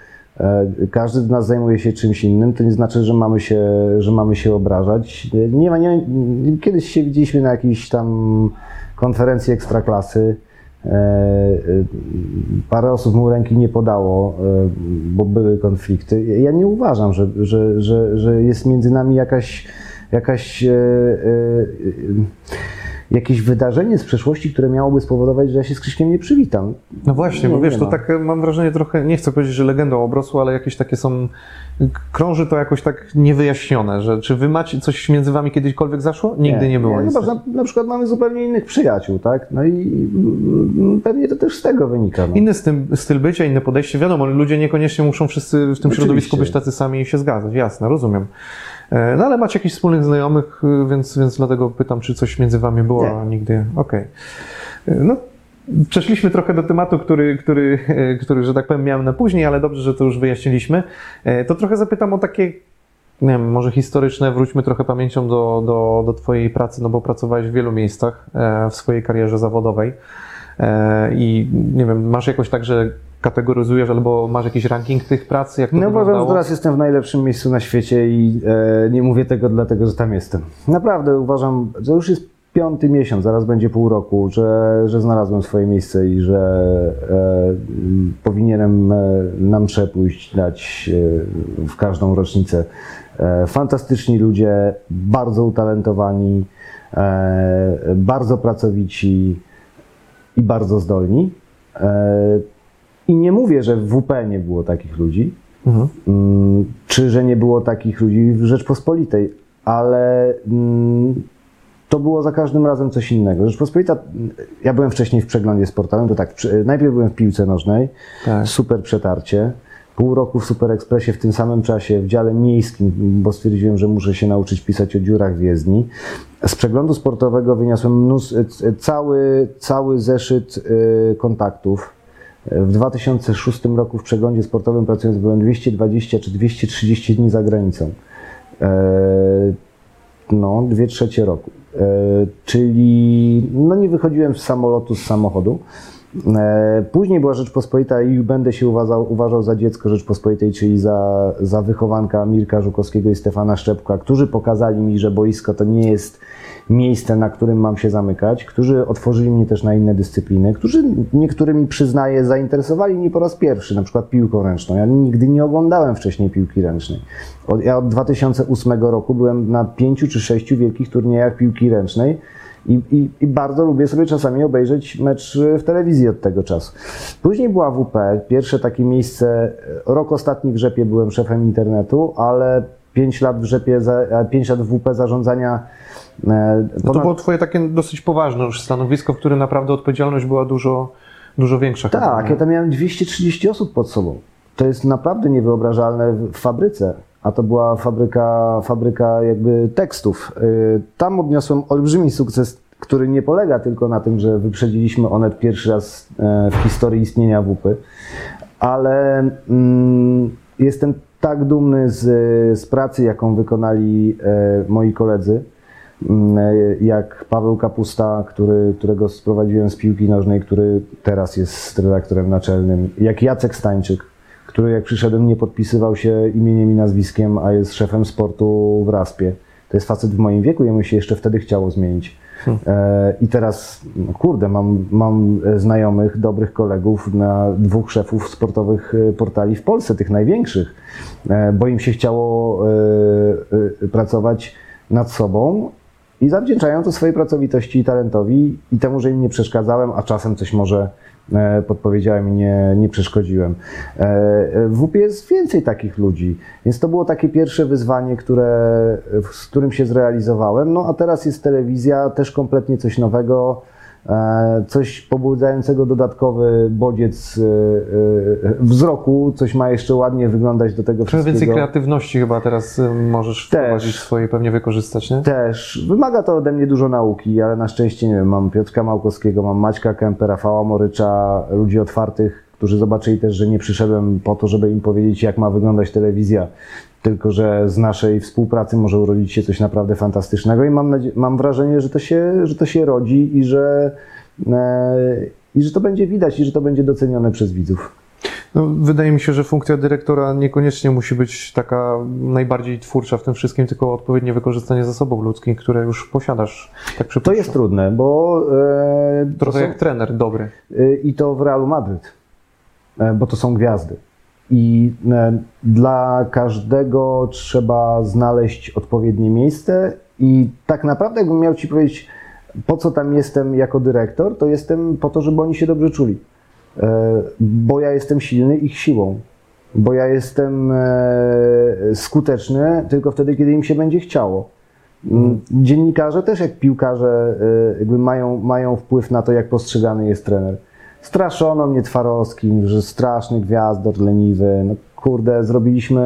Speaker 2: każdy z nas zajmuje się czymś innym, to nie znaczy, że mamy się, że mamy się obrażać. Nie ma, nie, kiedyś się widzieliśmy na jakiejś tam konferencji ekstraklasy. Parę osób mu ręki nie podało, bo były konflikty. Ja nie uważam, że, że, że, że jest między nami jakaś, jakaś jakieś wydarzenie z przeszłości, które miałoby spowodować, że ja się z Krzyśkiem nie przywitam.
Speaker 1: No właśnie,
Speaker 2: nie,
Speaker 1: bo wiesz,
Speaker 2: nie
Speaker 1: to
Speaker 2: ma.
Speaker 1: tak mam wrażenie trochę, nie chcę powiedzieć, że legendą obrosło, ale jakieś takie są, krąży to jakoś tak niewyjaśnione, że czy wy macie coś między wami kiedyśkolwiek zaszło? Nigdy nie, nie było.
Speaker 2: Nie, zobacz, na, na przykład mamy zupełnie innych przyjaciół, tak? No i pewnie to też z tego wynika. No.
Speaker 1: Inny styl, styl bycia, inne podejście, wiadomo, ludzie niekoniecznie muszą wszyscy w tym
Speaker 2: Oczywiście.
Speaker 1: środowisku być tacy sami i się zgadzać, jasne, rozumiem. No ale macie jakichś wspólnych znajomych, więc, więc dlatego pytam, czy coś między wami było,
Speaker 2: nie.
Speaker 1: a nigdy. Okej. Okay. No, przeszliśmy trochę do tematu, który, który, który, że tak powiem, miałem na później, ale dobrze, że to już wyjaśniliśmy. To trochę zapytam o takie, nie wiem, może historyczne, wróćmy trochę pamięcią do, do, do twojej pracy, no bo pracowałeś w wielu miejscach w swojej karierze zawodowej i nie wiem, masz jakoś tak, że kategoryzujesz albo masz jakiś ranking tych prac? Jak to
Speaker 2: no
Speaker 1: wyglądało?
Speaker 2: uważam, że teraz jestem w najlepszym miejscu na świecie i e, nie mówię tego dlatego, że tam jestem. Naprawdę uważam, że już jest piąty miesiąc, zaraz będzie pół roku, że, że znalazłem swoje miejsce i że e, powinienem e, na mszę pójść, dać e, w każdą rocznicę. E, fantastyczni ludzie, bardzo utalentowani, e, bardzo pracowici i bardzo zdolni. E, I nie mówię, że w W P nie było takich ludzi, mhm. czy że nie było takich ludzi w Rzeczpospolitej, ale to było za każdym razem coś innego. Rzeczpospolita, ja byłem wcześniej w przeglądzie sportowym, to tak, najpierw byłem w piłce nożnej, tak. Super przetarcie, pół roku w Super Expressie w tym samym czasie w dziale miejskim, bo stwierdziłem, że muszę się nauczyć pisać o dziurach w jezdni. Z przeglądu sportowego wyniosłem mnóstwo, cały, cały zeszyt kontaktów. W dwa tysiące szóstym roku w przeglądzie sportowym pracując byłem dwieście dwadzieścia czy dwieście trzydzieści dni za granicą. No, dwie trzecie roku. Czyli no nie wychodziłem z samolotu, z samochodu. Później była Rzeczpospolita i będę się uważał, uważał za dziecko Rzeczpospolitej, czyli za, za wychowanka Mirka Żukowskiego i Stefana Szczepka, którzy pokazali mi, że boisko to nie jest miejsce, na którym mam się zamykać, którzy otworzyli mnie też na inne dyscypliny, którzy niektórymi, przyznaję, zainteresowali mnie po raz pierwszy, na przykład piłką ręczną. Ja nigdy nie oglądałem wcześniej piłki ręcznej. Od, ja od dwa tysiące ósmego roku byłem na pięciu czy sześciu wielkich turniejach piłki ręcznej. I, i, I bardzo lubię sobie czasami obejrzeć mecz w telewizji od tego czasu. Później była W P, pierwsze takie miejsce, rok ostatni w Rzepie byłem szefem internetu, ale pięć lat w Rzepie, pięć lat w W P zarządzania.
Speaker 1: Ponad... No to było twoje takie dosyć poważne już stanowisko, w którym naprawdę odpowiedzialność była dużo, dużo większa.
Speaker 2: Tak, chyba, ja tam miałem dwieście trzydzieści osób pod sobą. To jest naprawdę niewyobrażalne w fabryce. A to była fabryka, fabryka jakby tekstów. Tam odniosłem olbrzymi sukces, który nie polega tylko na tym, że wyprzedziliśmy Onet pierwszy raz w historii istnienia W P, ale mm, jestem tak dumny z, z pracy, jaką wykonali moi koledzy, jak Paweł Kapusta, który, którego sprowadziłem z piłki nożnej, który teraz jest redaktorem naczelnym, jak Jacek Stańczyk, który jak przyszedłem nie podpisywał się imieniem i nazwiskiem, a jest szefem sportu w Raspie. To jest facet w moim wieku, jemu się jeszcze wtedy chciało zmienić. Hmm. E, I teraz, no kurde, mam, mam znajomych, dobrych kolegów na dwóch szefów sportowych portali w Polsce, tych największych, e, bo im się chciało e, e, pracować nad sobą i zawdzięczają to swojej pracowitości i talentowi i temu, że im nie przeszkadzałem, a czasem coś może podpowiedziałem i nie, nie przeszkodziłem. W W P jest więcej takich ludzi, więc to było takie pierwsze wyzwanie, które, z którym się zrealizowałem. No a teraz jest telewizja, też kompletnie coś nowego, coś pobudzającego dodatkowy bodziec wzroku, coś ma jeszcze ładnie wyglądać do tego
Speaker 1: Trochę
Speaker 2: wszystkiego.
Speaker 1: Więcej kreatywności chyba teraz możesz wprowadzić swoje, pewnie wykorzystać, nie?
Speaker 2: Też. Wymaga to ode mnie dużo nauki, ale na szczęście, nie wiem, mam Piotrka Małkowskiego, mam Maćka Kępę, Rafała Morycza, ludzi otwartych, którzy zobaczyli też, że nie przyszedłem po to, żeby im powiedzieć, jak ma wyglądać telewizja, tylko że z naszej współpracy może urodzić się coś naprawdę fantastycznego i mam, nadzie- mam wrażenie, że to się, że to się rodzi i że, e, i że to będzie widać i że to będzie docenione przez widzów.
Speaker 1: No, wydaje mi się, że funkcja dyrektora niekoniecznie musi być taka najbardziej twórcza w tym wszystkim, tylko odpowiednie wykorzystanie zasobów ludzkich, które już posiadasz. Tak
Speaker 2: to jest trudne, bo...
Speaker 1: E, Trochę są, jak trener dobry.
Speaker 2: E, I to w Realu Madryt, e, bo to są gwiazdy. I e, dla każdego trzeba znaleźć odpowiednie miejsce i tak naprawdę, jakbym miał Ci powiedzieć, po co tam jestem jako dyrektor, to jestem po to, żeby oni się dobrze czuli. E, bo ja jestem silny ich siłą. Bo ja jestem e, skuteczny tylko wtedy, kiedy im się będzie chciało. Mm. Dziennikarze też, jak piłkarze, e, jakby mają, mają wpływ na to, jak postrzegany jest trener. Straszono mnie Twarowskim, że straszny gwiazdor, leniwy. No kurde, zrobiliśmy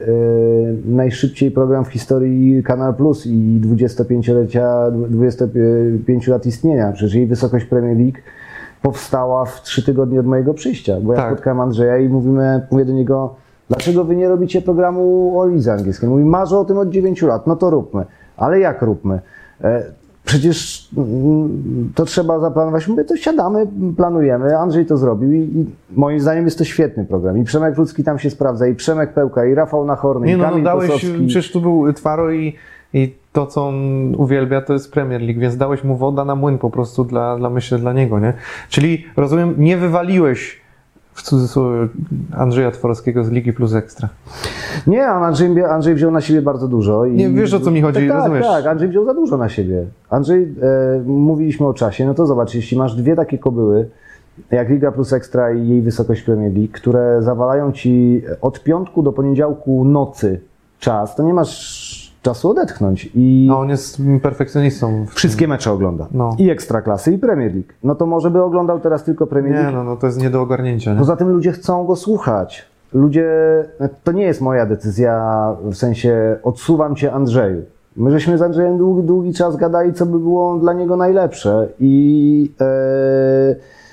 Speaker 2: y, najszybciej program w historii Kanal Plus i dwudziestopięciolecia, dwudziestu pięciu lat istnienia. Przecież jej wysokość Premier League powstała w trzy tygodnie od mojego przyjścia, bo ja tak. spotkałem Andrzeja i mówimy, mówię do niego, dlaczego wy nie robicie programu o lidze angielskiej? Mówi, marzę o tym od dziewięciu lat, no to róbmy. Ale jak róbmy? E, Przecież to trzeba zaplanować. Mówię, to siadamy, planujemy. Andrzej to zrobił i, i moim zdaniem jest to świetny program. I Przemek Ludzki tam się sprawdza, i Przemek Pełka, i Rafał Nachorny,
Speaker 1: Nie,
Speaker 2: i
Speaker 1: no,
Speaker 2: Kamil
Speaker 1: no, dałeś,
Speaker 2: Kosowski.
Speaker 1: Przecież tu był Twaro i, i to, co on uwielbia, to jest Premier League, więc dałeś mu woda na młyn po prostu dla, dla myślę, dla niego, nie? Czyli, rozumiem, nie wywaliłeś w cudzysłowie Andrzeja Tworowskiego z Ligi Plus Ekstra.
Speaker 2: Nie, Andrzej, Andrzej wziął na siebie bardzo dużo. I...
Speaker 1: Nie, wiesz, o co mi chodzi,
Speaker 2: tak,
Speaker 1: rozumiesz?
Speaker 2: Tak, Andrzej wziął za dużo na siebie. Andrzej, e, mówiliśmy o czasie, no to zobacz, jeśli masz dwie takie kobyły, jak Liga Plus Ekstra i jej wysokość Premier League, które zawalają ci od piątku do poniedziałku nocy czas, to nie masz czasu odetchnąć. I
Speaker 1: No on jest perfekcjonistą. w
Speaker 2: wszystkie mecze ogląda.
Speaker 1: No.
Speaker 2: I Ekstraklasy, i Premier League. No to może by oglądał teraz tylko Premier League?
Speaker 1: Nie, no, no to jest nie do ogarnięcia. Nie?
Speaker 2: Poza tym ludzie chcą go słuchać. Ludzie, to nie jest moja decyzja, w sensie odsuwam cię, Andrzeju. My żeśmy z Andrzejem długi, długi czas gadali, co by było dla niego najlepsze i, yy,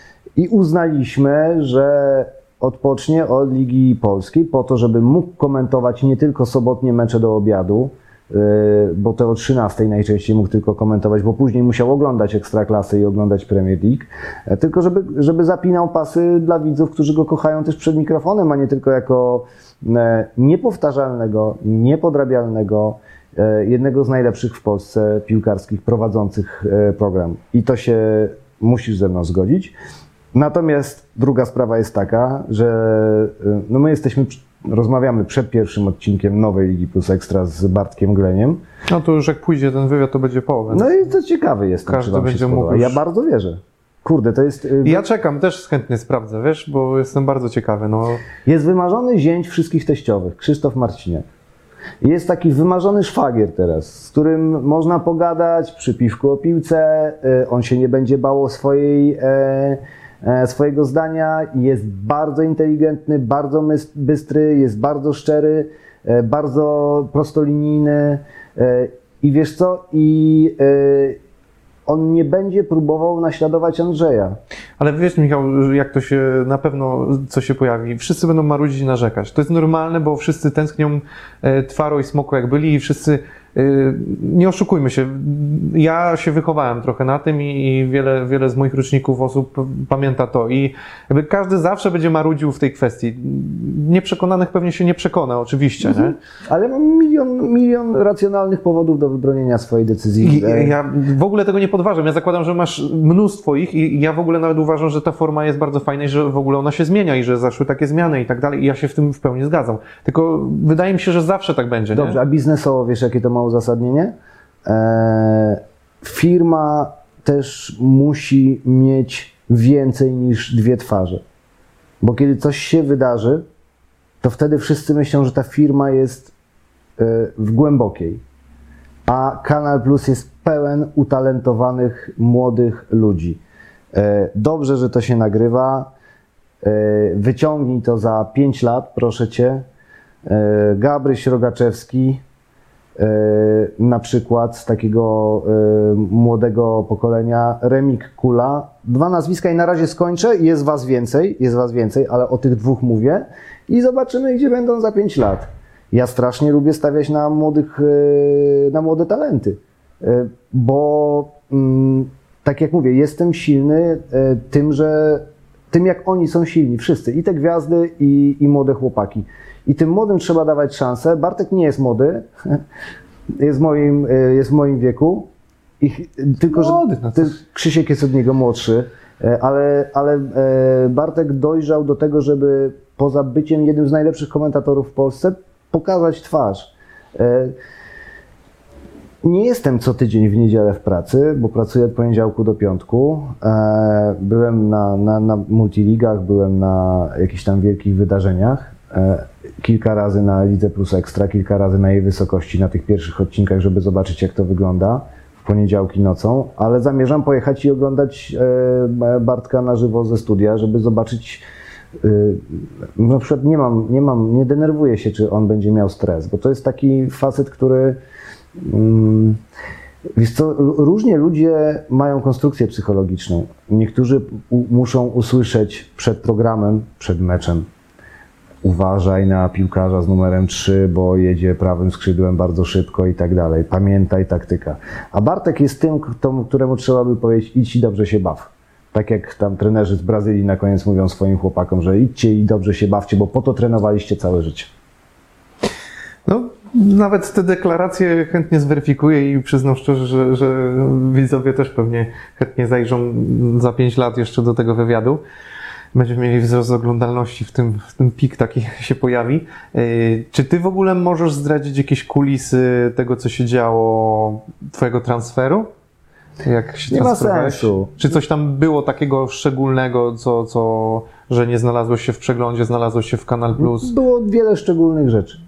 Speaker 2: i uznaliśmy, że odpocznie od Ligi Polskiej po to, żeby mógł komentować nie tylko sobotnie mecze do obiadu, yy, bo te o trzynastej najczęściej mógł tylko komentować, bo później musiał oglądać Ekstraklasy i oglądać Premier League, yy, tylko żeby, żeby zapinał pasy dla widzów, którzy go kochają też przed mikrofonem, a nie tylko jako yy, niepowtarzalnego, niepodrabialnego, jednego z najlepszych w Polsce piłkarskich prowadzących program. I to się musisz ze mną zgodzić. Natomiast druga sprawa jest taka, że no my jesteśmy, rozmawiamy przed pierwszym odcinkiem nowej Ligi Plus Ekstra z Bartkiem Gleniem.
Speaker 1: No to już jak pójdzie ten wywiad, to będzie połowa.
Speaker 2: No i to ciekawy jestem,
Speaker 1: Każdy
Speaker 2: czy wam się
Speaker 1: będzie
Speaker 2: spodoba.
Speaker 1: mógł już-
Speaker 2: Ja bardzo wierzę. Kurde, to jest...
Speaker 1: Ja czekam, też chętnie sprawdzę, wiesz, bo jestem bardzo ciekawy. No.
Speaker 2: Jest wymarzony zięć wszystkich teściowych, Krzysztof Marciniak. Jest taki wymarzony szwagier teraz, z którym można pogadać przy piwku o piłce, on się nie będzie bał o swojej, e, e, swojego zdania, jest bardzo inteligentny, bardzo mys- bystry, jest bardzo szczery, e, bardzo prostolinijny e, i wiesz co, i e, on nie będzie próbował naśladować Andrzeja.
Speaker 1: Ale wiesz, Michał, jak to się na pewno co się pojawi. Wszyscy będą marudzić i narzekać. To jest normalne, bo wszyscy tęsknią e, Twaro i Smoko jak byli i wszyscy, e, nie oszukujmy się, ja się wychowałem trochę na tym i, i wiele, wiele z moich roczników osób pamięta to i jakby każdy zawsze będzie marudził w tej kwestii. Nieprzekonanych pewnie się nie przekona, oczywiście, nie?
Speaker 2: Ale mam milion, milion racjonalnych powodów do wybronienia swojej decyzji.
Speaker 1: I ja w ogóle tego nie podważam. Ja zakładam, że masz mnóstwo ich i ja w ogóle nawet uważam, że ta forma jest bardzo fajna i że w ogóle ona się zmienia i że zaszły takie zmiany i tak dalej. I ja się w tym w pełni zgadzam. Tylko wydaje mi się, że zawsze tak będzie.
Speaker 2: Dobrze,
Speaker 1: nie?
Speaker 2: a biznesowo wiesz, jakie to ma uzasadnienie? Eee, firma też musi mieć więcej niż dwie twarze. Bo kiedy coś się wydarzy, to wtedy wszyscy myślą, że ta firma jest e, w głębokiej. A Kanal Plus jest pełen utalentowanych, młodych ludzi. E, dobrze, że to się nagrywa. E, wyciągnij to za pięć lat, proszę Cię. E, Gabryś Rogaczewski, e, na przykład z takiego e, młodego pokolenia, Remik Kula. Dwa nazwiska i na razie skończę. Jest Was więcej, jest Was więcej, ale o tych dwóch mówię i zobaczymy, gdzie będą za pięć lat. Ja strasznie lubię stawiać na młodych, e, na młode talenty, e, bo mm, tak jak mówię, jestem silny e, tym, że tym jak oni są silni, wszyscy, i te gwiazdy, i, i młode chłopaki. I tym młodym trzeba dawać szansę. Bartek nie jest młody, jest w moim, jest w moim wieku, I, tylko
Speaker 1: Młody,
Speaker 2: że
Speaker 1: no
Speaker 2: ty,
Speaker 1: to-
Speaker 2: Krzysiek jest od niego młodszy, ale, ale Bartek dojrzał do tego, żeby poza byciem jednym z najlepszych komentatorów w Polsce, pokazać twarz. Nie jestem co tydzień w niedzielę w pracy, bo pracuję od poniedziałku do piątku. E, Byłem na, na, na multiligach, byłem na jakichś tam wielkich wydarzeniach. E, Kilka razy na Lidze Plus Ekstra, kilka razy na jej wysokości, na tych pierwszych odcinkach, żeby zobaczyć, jak to wygląda w poniedziałki nocą. Ale zamierzam pojechać i oglądać e, Bartka na żywo ze studia, żeby zobaczyć. e, Na przykład nie mam, nie mam, nie denerwuję się, czy on będzie miał stres, bo to jest taki facet, który Wiesz co, różnie ludzie mają konstrukcję psychologiczną. Niektórzy u, muszą usłyszeć przed programem, przed meczem: uważaj na piłkarza z numerem trzy, bo jedzie prawym skrzydłem bardzo szybko i tak dalej. Pamiętaj taktyka. A Bartek jest tym, kto, któremu trzeba by powiedzieć: idź i dobrze się baw. Tak jak tam trenerzy z Brazylii na koniec mówią swoim chłopakom, że idźcie i dobrze się bawcie, bo po to trenowaliście całe życie.
Speaker 1: No, nawet te deklaracje chętnie zweryfikuję i przyznam szczerze, że, że widzowie też pewnie chętnie zajrzą za pięć lat jeszcze do tego wywiadu. Będziemy mieli wzrost oglądalności, w tym, w tym pik taki się pojawi. Yy, czy ty w ogóle możesz zdradzić jakieś kulisy tego, co się działo, twojego transferu? Jak się
Speaker 2: Nie ma
Speaker 1: transferowałeś?
Speaker 2: sensu.
Speaker 1: Czy coś tam było takiego szczególnego, co, co, że nie znalazłeś się w przeglądzie, znalazłeś się w Kanal Plus?
Speaker 2: Było wiele szczególnych rzeczy.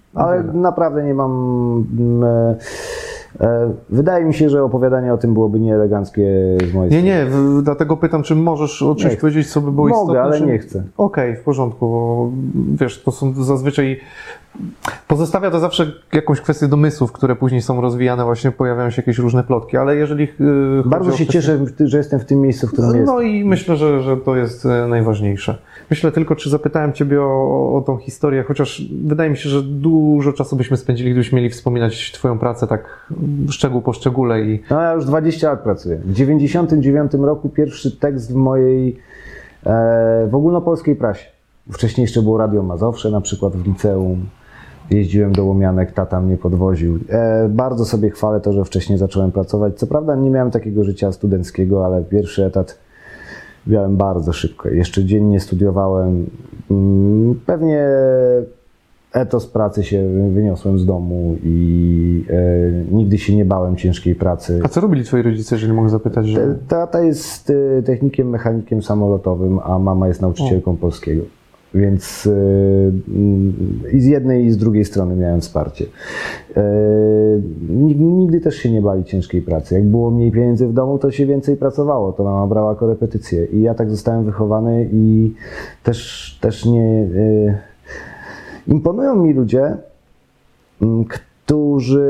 Speaker 2: Ale
Speaker 1: Wiele.
Speaker 2: naprawdę nie mam... E, e, wydaje mi się, że opowiadanie o tym byłoby nieeleganckie z mojej
Speaker 1: Nie,
Speaker 2: strony.
Speaker 1: nie, w, dlatego pytam, czy możesz o czymś
Speaker 2: chcę.
Speaker 1: powiedzieć, co by było
Speaker 2: Mogę,
Speaker 1: istotne?
Speaker 2: ale
Speaker 1: czy...
Speaker 2: nie chcę.
Speaker 1: Okej, w porządku, bo wiesz, to są zazwyczaj... Pozostawia to zawsze jakąś kwestię domysłów, które później są rozwijane, właśnie pojawiają się jakieś różne plotki, ale jeżeli... Yy,
Speaker 2: Bardzo się
Speaker 1: kwestię...
Speaker 2: cieszę, że jestem w tym miejscu, w którym
Speaker 1: No,
Speaker 2: jestem.
Speaker 1: no i myślę, że, że to jest e, najważniejsze. Myślę tylko, czy zapytałem Ciebie o, o tą historię, chociaż wydaje mi się, że dużo czasu byśmy spędzili, gdybyśmy mieli wspominać Twoją pracę tak szczegół po szczególe i...
Speaker 2: No ja już dwadzieścia lat pracuję. W dziewięćdziesiątym dziewiątym roku pierwszy tekst w mojej e, w ogólnopolskiej prasie. Wcześniej jeszcze było Radio Mazowsze, na przykład w liceum. Jeździłem do Łomianek, tata mnie podwoził. E, bardzo sobie chwalę to, że wcześniej zacząłem pracować. Co prawda nie miałem takiego życia studenckiego, ale pierwszy etat miałem bardzo szybko. Jeszcze dziennie studiowałem. Mm, pewnie etos pracy się wyniosłem z domu i e, nigdy się nie bałem ciężkiej pracy.
Speaker 1: A co robili Twoi rodzice, jeżeli mogę zapytać? Że...
Speaker 2: Tata jest e, technikiem, mechanikiem samolotowym, a mama jest nauczycielką o. polskiego. Więc yy, i z jednej i z drugiej strony miałem wsparcie. Yy, nigdy też się nie bali ciężkiej pracy. Jak było mniej pieniędzy w domu, to się więcej pracowało. To mama brała korepetycje. I ja tak zostałem wychowany i też, też nie... Yy, imponują mi ludzie, yy, którzy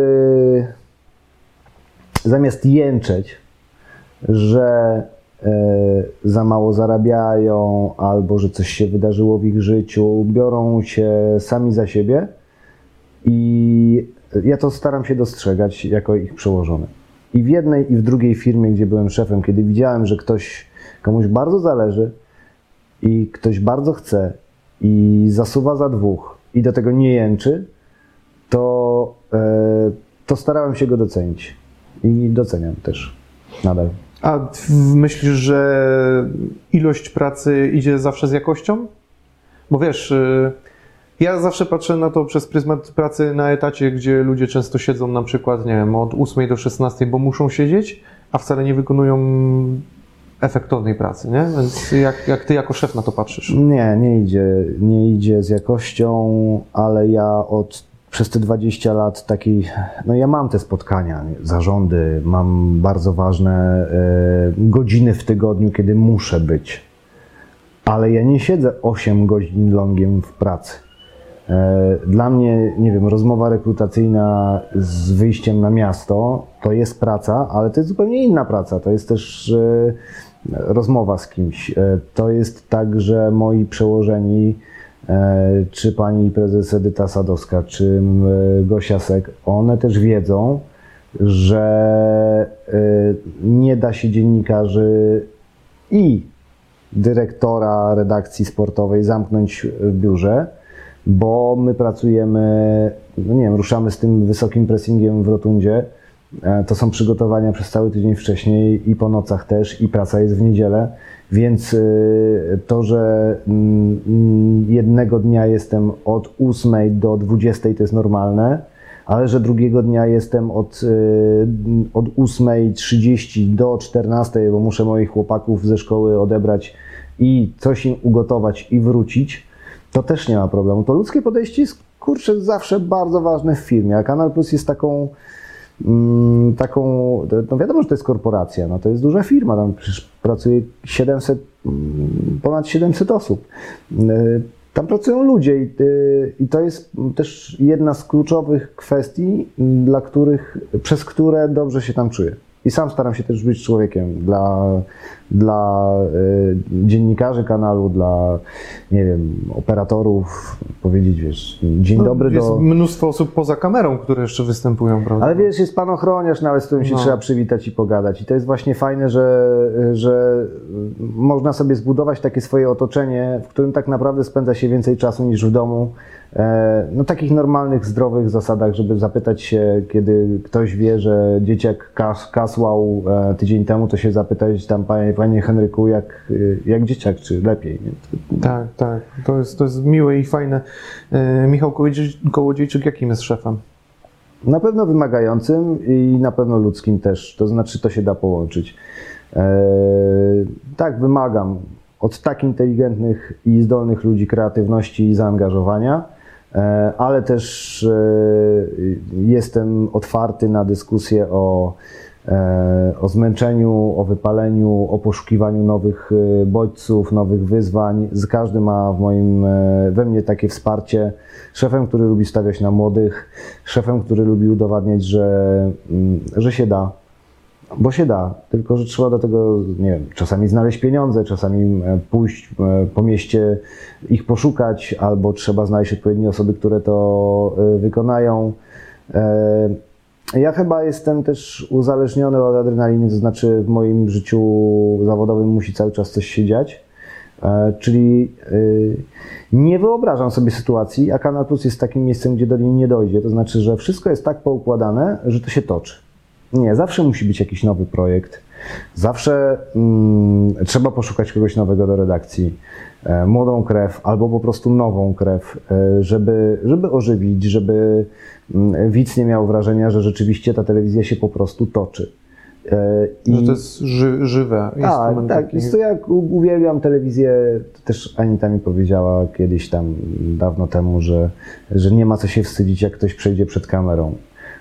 Speaker 2: zamiast jęczeć, że za mało zarabiają albo że coś się wydarzyło w ich życiu, biorą się sami za siebie i ja to staram się dostrzegać jako ich przełożony. I w jednej i w drugiej firmie, gdzie byłem szefem, kiedy widziałem, że ktoś, komuś bardzo zależy i ktoś bardzo chce i zasuwa za dwóch i do tego nie jęczy, to, to starałem się go docenić i doceniam też nadal.
Speaker 1: A myślisz, że ilość pracy idzie zawsze z jakością? Bo wiesz, ja zawsze patrzę na to przez pryzmat pracy na etacie, gdzie ludzie często siedzą na przykład, nie wiem, od ósmej do szesnastej, bo muszą siedzieć, a wcale nie wykonują efektownej pracy, nie? Więc jak, jak ty jako szef na to patrzysz?
Speaker 2: Nie, nie idzie, nie idzie z jakością, ale ja od przez te dwadzieścia lat takiej, no ja mam te spotkania, zarządy, mam bardzo ważne e, godziny w tygodniu, kiedy muszę być, ale ja nie siedzę osiem godzin longiem w pracy. E, dla mnie, nie wiem, rozmowa rekrutacyjna z wyjściem na miasto to jest praca, ale to jest zupełnie inna praca, to jest też e, rozmowa z kimś. E, to jest tak, że moi przełożeni, czy pani prezes Edyta Sadowska, czy Gosia Sek, one też wiedzą, że nie da się dziennikarzy i dyrektora redakcji sportowej zamknąć w biurze, bo my pracujemy, no nie wiem, ruszamy z tym wysokim pressingiem w rotundzie. To są przygotowania przez cały tydzień wcześniej i po nocach też, i praca jest w niedzielę. Więc to, że jednego dnia jestem od ósmej do dwudziestej, to jest normalne, ale że drugiego dnia jestem od, od ósmej trzydzieści do czternastej, bo muszę moich chłopaków ze szkoły odebrać i coś im ugotować i wrócić, to też nie ma problemu. To ludzkie podejście jest, kurczę, zawsze bardzo ważne w firmie, a Kanal Plus jest taką taką, no wiadomo, że to jest korporacja, no to jest duża firma, tam przecież pracuje siedemset, ponad siedemset osób. Tam pracują ludzie i, i to jest też jedna z kluczowych kwestii, dla których, przez które dobrze się tam czuję. I sam staram się też być człowiekiem dla, dla y, dziennikarzy kanalu, dla, nie wiem, operatorów, powiedzieć, wiesz, dzień
Speaker 1: no,
Speaker 2: dobry
Speaker 1: jest
Speaker 2: do...
Speaker 1: Jest mnóstwo osób poza kamerą, które jeszcze występują, prawda?
Speaker 2: Ale wiesz, jest pan ochroniarz nawet, z którym się
Speaker 1: no.
Speaker 2: trzeba przywitać i pogadać. I to jest właśnie fajne, że, że można sobie zbudować takie swoje otoczenie, w którym tak naprawdę spędza się więcej czasu niż w domu. No takich normalnych, zdrowych zasadach, żeby zapytać się, kiedy ktoś wie, że dzieciak kas, kasłał tydzień temu, to się zapytać tam, panie, panie Henryku, jak, jak dzieciak, czy lepiej. Nie?
Speaker 1: Tak, tak. To jest, to jest miłe i fajne. Michał Kołodziejczyk jakim jest szefem?
Speaker 2: Na pewno wymagającym i na pewno ludzkim też. To znaczy, to się da połączyć. Eee, tak, wymagam od tak inteligentnych i zdolnych ludzi kreatywności i zaangażowania, ale też jestem otwarty na dyskusję o, o zmęczeniu, o wypaleniu, o poszukiwaniu nowych bodźców, nowych wyzwań. Z każdy ma w moim, we mnie takie wsparcie. Szefem, który lubi stawiać na młodych, szefem, który lubi udowadniać, że, że się da. Bo się da, tylko że trzeba do tego, nie wiem, czasami znaleźć pieniądze, czasami pójść po mieście, ich poszukać, albo trzeba znaleźć odpowiednie osoby, które to wykonają. Ja chyba jestem też uzależniony od adrenaliny, to znaczy w moim życiu zawodowym musi cały czas coś się dziać, czyli nie wyobrażam sobie sytuacji, a Kanal Plus jest takim miejscem, gdzie do niej nie dojdzie, to znaczy, że wszystko jest tak poukładane, że to się toczy. Nie, zawsze musi być jakiś nowy projekt, zawsze mm, trzeba poszukać kogoś nowego do redakcji, e, młodą krew albo po prostu nową krew, e, żeby, żeby ożywić, żeby mm, widz nie miał wrażenia, że rzeczywiście ta telewizja się po prostu toczy.
Speaker 1: E, i... Że to jest ży, żywe.
Speaker 2: A, tak, taki... jest to jak uwielbiam telewizję, to też Anita mi powiedziała kiedyś tam dawno temu, że, że nie ma co się wstydzić, jak ktoś przejdzie przed kamerą.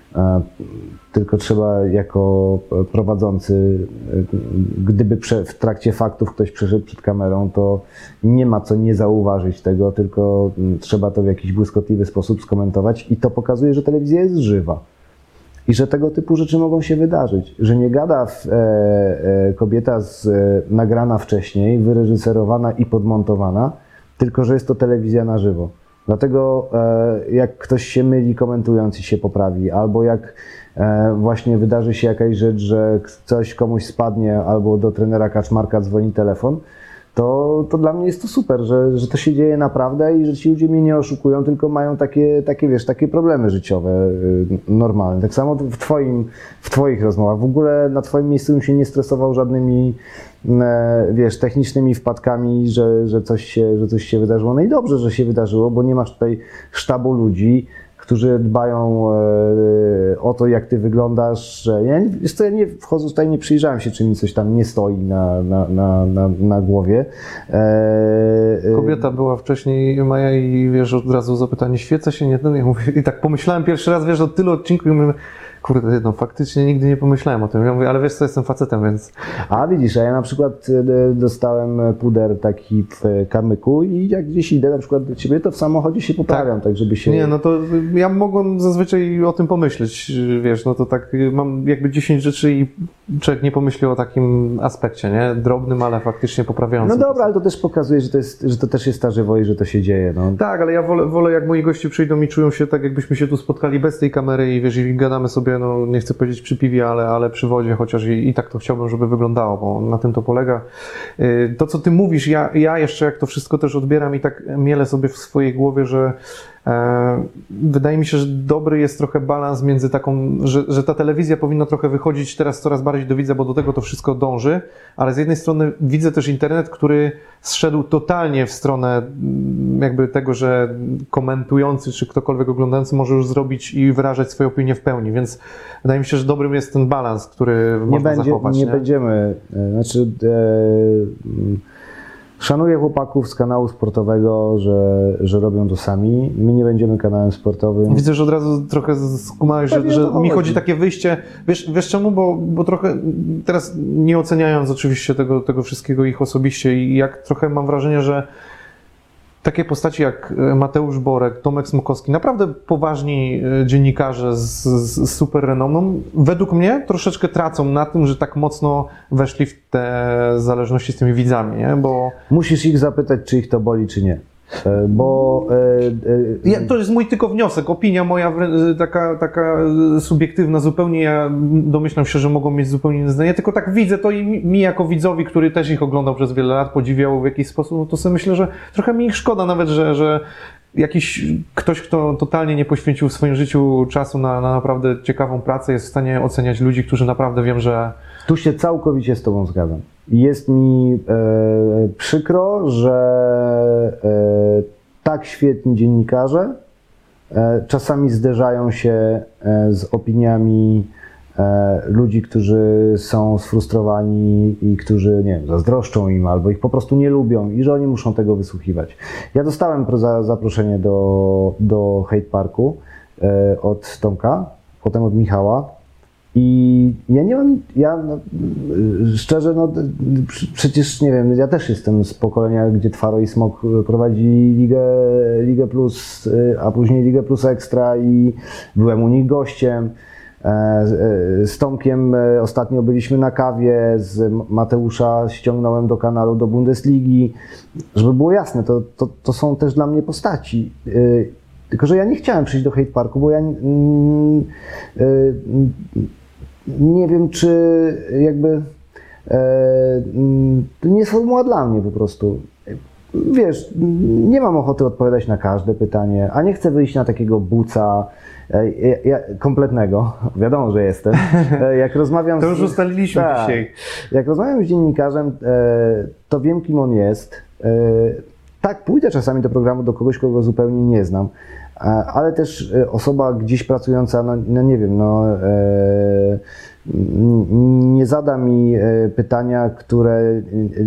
Speaker 2: Tylko trzeba jako prowadzący, gdyby w trakcie faktów ktoś przeszedł przed kamerą, to nie ma co nie zauważyć tego, tylko trzeba to w jakiś błyskotliwy sposób skomentować i to pokazuje, że telewizja jest żywa i że tego typu rzeczy mogą się wydarzyć, że nie gada w, e, e, kobieta z, e, nagrana wcześniej, wyreżyserowana i podmontowana, tylko że jest to telewizja na żywo. Dlatego e, jak ktoś się myli komentując i się poprawi, albo jak e, właśnie wydarzy się jakaś rzecz, że coś komuś spadnie, albo do trenera Kaczmarka dzwoni telefon, to, to dla mnie jest to super, że, że to się dzieje naprawdę i że ci ludzie mnie nie oszukują, tylko mają takie, takie, wiesz, takie problemy życiowe y, normalne. Tak samo w, twoim, w Twoich rozmowach. W ogóle na Twoim miejscu bym się nie stresował żadnymi e, wiesz, technicznymi wpadkami, że, że, coś się, że coś się wydarzyło. No i dobrze, że się wydarzyło, bo nie masz tutaj sztabu ludzi, którzy dbają e, o to, jak ty wyglądasz, że ja, wiesz co, ja nie wchodzę tutaj, nie przyjrzałem się, czy mi coś tam nie stoi na, na, na, na, na głowie. E,
Speaker 1: Kobieta była wcześniej, Maja, i wiesz, od razu zapytanie, świecę się, nie ten, ja mówię, i tak pomyślałem pierwszy raz, wiesz, od tylu odcinków i mówię, kurde, no faktycznie nigdy nie pomyślałem o tym. Ja mówię, ale wiesz co, jestem facetem, więc...
Speaker 2: A widzisz, a ja na przykład dostałem puder taki w kamyku i jak gdzieś idę na przykład do ciebie, to w samochodzie się poprawiam, tak, tak żeby się...
Speaker 1: Nie, no to ja mogłem zazwyczaj o tym pomyśleć, wiesz, no to tak mam jakby dziesięć rzeczy i człowiek nie pomyśli o takim aspekcie, nie? Drobnym, ale faktycznie poprawiającym.
Speaker 2: No dobra, ale to też pokazuje, że to, jest, że to też jest ta żywo i że to się dzieje, no.
Speaker 1: Tak, ale ja wolę, wolę jak moi goście przyjdą i czują się tak, jakbyśmy się tu spotkali bez tej kamery i wiesz, i gadamy sobie, no nie chcę powiedzieć przy piwie, ale, ale przy wodzie, chociaż i, i tak to chciałbym, żeby wyglądało, bo na tym to polega. To, co ty mówisz, ja, ja jeszcze jak to wszystko też odbieram i tak mielę sobie w swojej głowie, że e, wydaje mi się, że dobry jest trochę balans między taką, że, że ta telewizja powinna trochę wychodzić teraz coraz bardziej do widza, bo do tego to wszystko dąży, ale z jednej strony widzę też internet, który zszedł totalnie w stronę jakby tego, że komentujący czy ktokolwiek oglądający może już zrobić i wyrażać swoje opinie w pełni, więc wydaje mi się, że dobrym jest ten balans, który
Speaker 2: nie
Speaker 1: można
Speaker 2: będzie,
Speaker 1: zachować.
Speaker 2: Nie,
Speaker 1: nie
Speaker 2: będziemy, znaczy e, szanuję chłopaków z kanału sportowego, że, że robią to sami. My nie będziemy kanałem sportowym.
Speaker 1: Widzę, że od razu trochę skumałeś, że, że mi chodzi takie wyjście. Wiesz, wiesz czemu? Bo, bo trochę teraz nie oceniając oczywiście tego, tego wszystkiego ich osobiście i jak trochę mam wrażenie, że takie postaci jak Mateusz Borek, Tomek Smokowski, naprawdę poważni dziennikarze z, z super renomą, według mnie troszeczkę tracą na tym, że tak mocno weszli w te zależności z tymi widzami, nie? Bo...
Speaker 2: Musisz ich zapytać, czy ich to boli, czy nie. Bo...
Speaker 1: E, e, ja, to jest mój tylko wniosek, opinia moja taka, taka subiektywna zupełnie, ja domyślam się, że mogą mieć zupełnie inne zdanie, tylko tak widzę to i mi, mi jako widzowi, który też ich oglądał przez wiele lat, podziwiał w jakiś sposób, no to sobie myślę, że trochę mi ich szkoda nawet, że, że jakiś ktoś, kto totalnie nie poświęcił w swoim życiu czasu na, na naprawdę ciekawą pracę, jest w stanie oceniać ludzi, którzy naprawdę wiem, że...
Speaker 2: Tu się całkowicie z Tobą zgadzam. Jest mi e, przykro, że e, tak świetni dziennikarze e, czasami zderzają się e, z opiniami e, ludzi, którzy są sfrustrowani i którzy, nie wiem, zazdroszczą im albo ich po prostu nie lubią i że oni muszą tego wysłuchiwać. Ja dostałem pro- za, zaproszenie do, do Hate Parku e, od Tomka, potem od Michała. I ja nie mam, ja no, szczerze, no przecież nie wiem, ja też jestem z pokolenia, gdzie Twaro i Smok prowadzi Ligę, Ligę Plus, a później Ligę Plus Ekstra i byłem u nich gościem. Z Tomkiem ostatnio byliśmy na kawie, z Mateusza ściągnąłem do kanału do Bundesligi. Żeby było jasne, to, to, to są też dla mnie postaci. Tylko że ja nie chciałem przyjść do Hate Parku, bo ja mm, y, nie wiem, czy jakby e, to nie jest formuła dla mnie po prostu. Wiesz, nie mam ochoty odpowiadać na każde pytanie, a nie chcę wyjść na takiego buca e, ja, kompletnego. Wiadomo, że jestem. E, jak rozmawiam
Speaker 1: To już
Speaker 2: z,
Speaker 1: ustaliliśmy
Speaker 2: tak,
Speaker 1: dzisiaj.
Speaker 2: Jak rozmawiam z dziennikarzem, e, to wiem, kim on jest. E, tak, pójdę czasami do programu do kogoś, kogo zupełnie nie znam, ale też osoba gdzieś pracująca, no, no nie wiem, no, e, nie zada mi pytania, które e,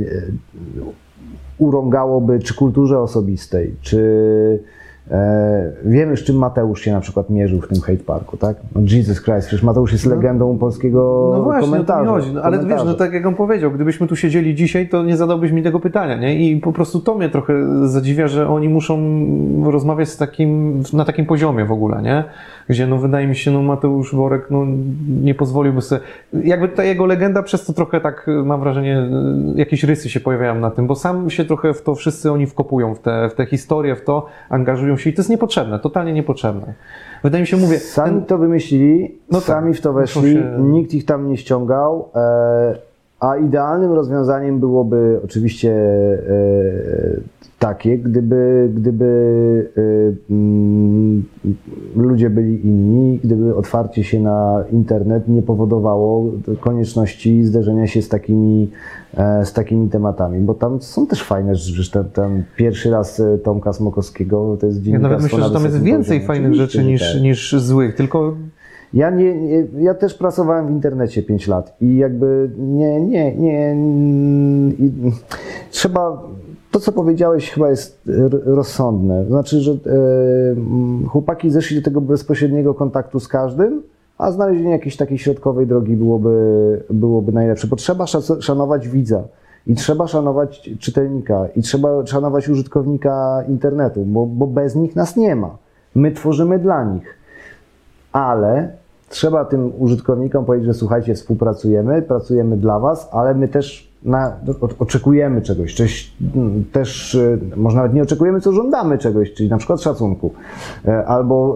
Speaker 2: urągałoby czy kulturze osobistej, czy e, wiemy, z czym Mateusz się na przykład mierzył w tym Hate Parku, tak? No Jesus Christ, przecież Mateusz jest legendą polskiego
Speaker 1: No właśnie,
Speaker 2: komentarza.
Speaker 1: o to mi chodzi. No, ale wiesz, no tak jak on powiedział, gdybyśmy tu siedzieli dzisiaj, to nie zadałbyś mi tego pytania, nie? I po prostu to mnie trochę zadziwia, że oni muszą rozmawiać z takim, na takim poziomie w ogóle, nie? Gdzie, no wydaje mi się, no Mateusz Worek, no nie pozwoliłby sobie, jakby ta jego legenda przez to trochę tak, mam wrażenie, jakieś rysy się pojawiają na tym, bo sam się trochę w to wszyscy oni wkopują, w te, w te historie, w to, angażują się i to jest niepotrzebne, totalnie niepotrzebne. Wydaje mi się, mówię...
Speaker 2: Sami
Speaker 1: ten...
Speaker 2: to wymyślili,
Speaker 1: No
Speaker 2: sami
Speaker 1: tak,
Speaker 2: w to weszli,
Speaker 1: się...
Speaker 2: nikt ich tam nie ściągał, e, a idealnym rozwiązaniem byłoby oczywiście e, takie, gdyby, gdyby y, y, ludzie byli inni, gdyby otwarcie się na internet nie powodowało konieczności zderzenia się z takimi, e, z takimi tematami, bo tam są też fajne rzeczy, ten, ten pierwszy raz Tomka Smokowskiego, to jest dziennikarstwo.
Speaker 1: Ja nawet myślę, że tam jest więcej
Speaker 2: poziomie.
Speaker 1: fajnych
Speaker 2: Oczywiście,
Speaker 1: rzeczy niż,
Speaker 2: tak.
Speaker 1: niż złych, tylko...
Speaker 2: Ja, nie, nie, ja też pracowałem w internecie pięć lat i jakby nie, nie, nie, nie trzeba, to co powiedziałeś chyba jest rozsądne, znaczy, że e, chłopaki zeszli do tego bezpośredniego kontaktu z każdym, a znalezienie jakiejś takiej środkowej drogi byłoby, byłoby najlepsze, bo trzeba szanować widza i trzeba szanować czytelnika i trzeba szanować użytkownika internetu, bo, bo bez nich nas nie ma, my tworzymy dla nich, ale trzeba tym użytkownikom powiedzieć, że słuchajcie, współpracujemy, pracujemy dla was, ale my też na, oczekujemy czegoś, coś, też może nawet nie oczekujemy, co żądamy czegoś, czyli na przykład szacunku, albo